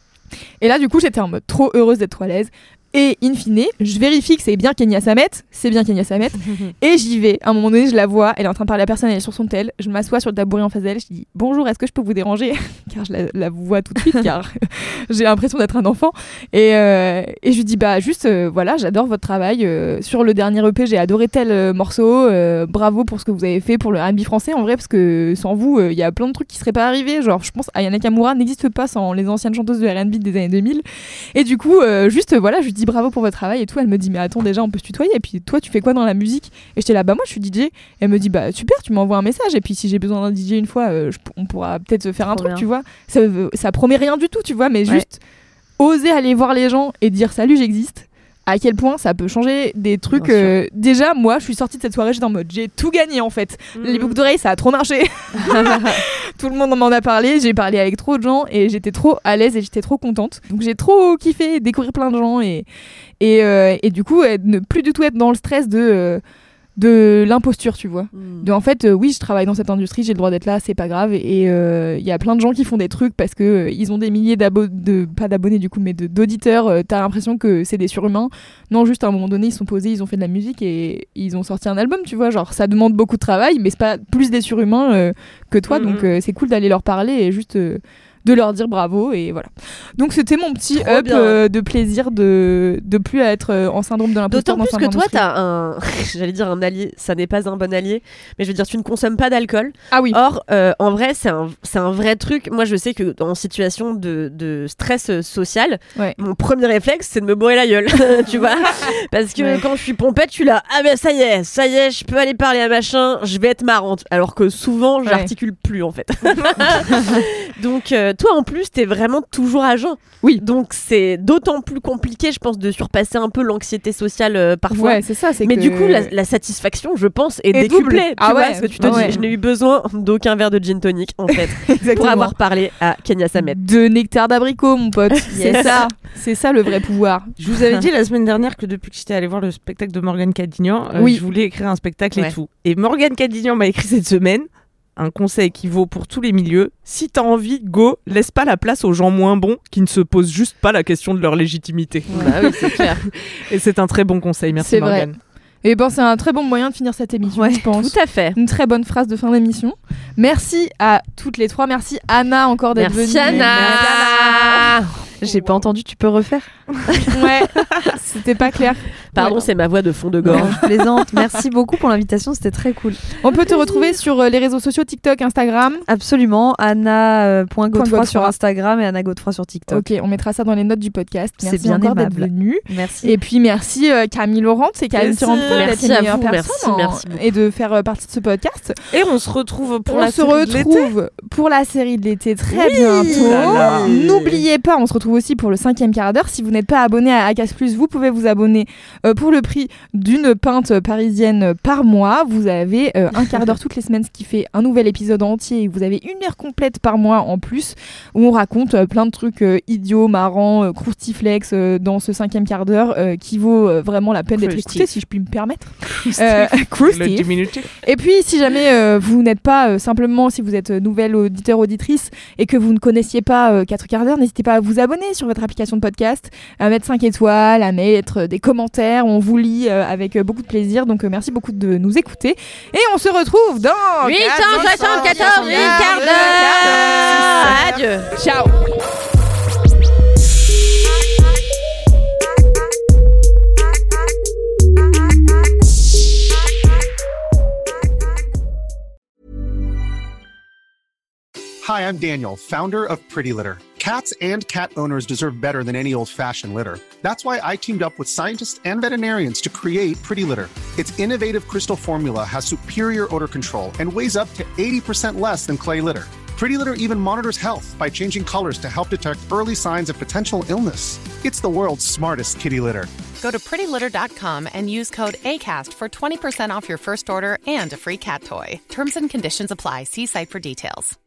Et là, du coup, j'étais en mode trop heureuse d'être trop à l'aise. Et in fine, je vérifie que c'est bien Kenya Samet, c'est bien Kenya Samet, et j'y vais. À un moment donné, je la vois, elle est en train de parler à la personne, elle est sur son tel. Je m'assois sur le tabouret en face d'elle, je dis bonjour, est-ce que je peux vous déranger ? Car je la, la vois tout de suite, car j'ai l'impression d'être un enfant. Et, euh, et je lui dis bah juste, euh, voilà, j'adore votre travail. Euh, sur le dernier E P, j'ai adoré tel euh, morceau. Euh, bravo pour ce que vous avez fait pour le R and B français, en vrai, parce que sans vous, il euh, y a plein de trucs qui seraient pas arrivés. Genre, je pense Aya Nakamura n'existe pas sans les anciennes chanteuses de R and B des années deux mille. Et du coup, euh, juste, euh, voilà, je lui dis bravo pour votre travail et tout. Elle me dit mais attends, déjà on peut se tutoyer. Et puis toi, tu fais quoi dans la musique ? Et j'étais là bah moi je suis D J. Et elle me dit bah super, tu m'envoies un message. Et puis si j'ai besoin d'un D J une fois, euh, je, on pourra peut-être faire un Trop truc, bien. tu vois. Ça, ça promet rien du tout, tu vois, mais Ouais. juste oser aller voir les gens et dire salut, j'existe. À quel point ça peut changer des trucs. Bien sûr. euh, déjà, moi, je suis sortie de cette soirée, j'étais en mode j'ai tout gagné en fait. Mmh. Les boucles d'oreilles, ça a trop marché. Tout le monde m'en a parlé, j'ai parlé avec trop de gens et j'étais trop à l'aise et j'étais trop contente. Donc j'ai trop kiffé découvrir plein de gens et, et, euh, et du coup, euh, ne plus du tout être dans le stress de, euh, de l'imposture, tu vois. Mmh. De, en fait, euh, oui, je travaille dans cette industrie, j'ai le droit d'être là, c'est pas grave. Et il euh, y a plein de gens qui font des trucs parce que euh, ils ont des milliers d'abonnés, de, pas d'abonnés du coup, mais de, d'auditeurs. Euh, t'as l'impression que c'est des surhumains. Non, juste à un moment donné, ils sont posés, ils ont fait de la musique et ils ont sorti un album, tu vois. Genre, ça demande beaucoup de travail, mais c'est pas plus des surhumains euh, que toi. Mhm. Donc, euh, c'est cool d'aller leur parler et juste euh, de leur dire bravo. Et voilà. Donc, c'était mon petit Trop up bien. euh, de plaisir de, de plus être euh, en syndrome de l'imposteur. D'autant dans plus cette que toi, industrie. t'as un, j'allais dire un allié, ça n'est pas un bon allié, mais je veux dire, tu ne consommes pas d'alcool. Ah oui. Or, euh, en vrai, c'est un, c'est un vrai truc. Moi, je sais que en situation de, de stress euh, social, Ouais. mon premier réflexe, c'est de me bourrer la gueule, tu vois. Parce que Ouais. quand je suis pompette, je suis là, ah ben ça y est, ça y est, je peux aller parler à machin, je vais être marrante. Alors que souvent, Ouais. j'articule plus, en fait. Donc, euh, toi, en plus, t'es vraiment toujours à jeun. Oui. Donc, c'est d'autant plus compliqué, je pense, de surpasser un peu l'anxiété sociale euh, parfois. Ouais, c'est ça. C'est Mais que... du coup, la, la satisfaction, je pense, est Et décuplée. double. Tu Ah vois, ouais. parce que tu te Ah dis, ouais. je n'ai eu besoin d'aucun verre de gin tonic, en fait, Exactement. pour avoir parlé à Kenya Samet. De nectar d'abricot, mon pote. C'est Yes. ça. C'est ça le vrai pouvoir. Je vous avais dit la semaine dernière que depuis que j'étais allée voir le spectacle de Morgane Cadignan, euh, Oui. je voulais écrire un spectacle Ouais. et tout. Et Morgane Cadignan m'a écrit cette semaine un conseil qui vaut pour tous les milieux. Si t'as envie, go, laisse pas la place aux gens moins bons qui ne se posent juste pas la question de leur légitimité. Bah oui, c'est clair. Et c'est un très bon conseil, merci C'est vrai. Morgane. Et ben, c'est un très bon moyen de finir cette émission, Ouais, je pense. Tout à fait. Une très bonne phrase de fin d'émission. Merci à toutes les trois. Merci Anna encore d'être venue. Merci Anna. J'ai pas entendu, tu peux refaire? Ouais, c'était pas clair. Pardon, Ouais. c'est ma voix de fond de Non, gorge. je plaisante. Merci beaucoup pour l'invitation, c'était très cool. On peut te retrouver sur euh, les réseaux sociaux TikTok, Instagram. Absolument, Anna.Godefroy Point Godefroy. sur Instagram et Anna Godefroy sur TikTok. Ok, on mettra ça dans les notes du podcast. C'est Merci bien encore d'être aimable. venue. Merci. Et puis merci euh, Camille Laurent, c'est Camille Merci. Laurent d'être Merci une à meilleure vous, personne merci, en- merci beaucoup. et de faire euh, partie de ce podcast. Et on se retrouve pour on la se série de l'été. retrouve pour la série de l'été très Oui. bientôt. Là là. N'oubliez pas, on se retrouve aussi pour le cinquième quart d'heure. Si vous n'êtes pas abonné à Acast Plus, vous pouvez vous abonner euh, pour le prix d'une pinte parisienne par mois. Vous avez euh, un quart d'heure toutes les semaines, ce qui fait un nouvel épisode entier. Et vous avez une heure complète par mois en plus, où on raconte euh, plein de trucs euh, idiots, marrants, euh, croustiflex euh, dans ce cinquième quart d'heure euh, qui vaut euh, vraiment la peine d'être Croustif. écouté, si je puis me permettre. Euh, Le croustif. diminutif. Et puis, si jamais euh, vous n'êtes pas euh, simplement, si vous êtes euh, nouvelle auditeur, auditrice, et que vous ne connaissiez pas euh, quatre quarts d'heure, n'hésitez pas à vous abonner sur votre application de podcast, à mettre cinq étoiles, à mettre euh, des commentaires. On vous lit euh, avec euh, beaucoup de plaisir. Donc, euh, merci beaucoup de nous écouter. Et on se retrouve dans huit cent soixante-quart d'heure. Adieu. Ciao. Hi, I'm Daniel, founder of Pretty Litter. Cats and cat owners deserve better than any old-fashioned litter. That's why I teamed up with scientists and veterinarians to create Pretty Litter. Its innovative crystal formula has superior odor control and weighs up to eighty percent less than clay litter. Pretty Litter even monitors health by changing colors to help detect early signs of potential illness. It's the world's smartest kitty litter. Go to pretty litter dot com and use code ACAST for twenty percent off your first order and a free cat toy. Terms and conditions apply. See site for details.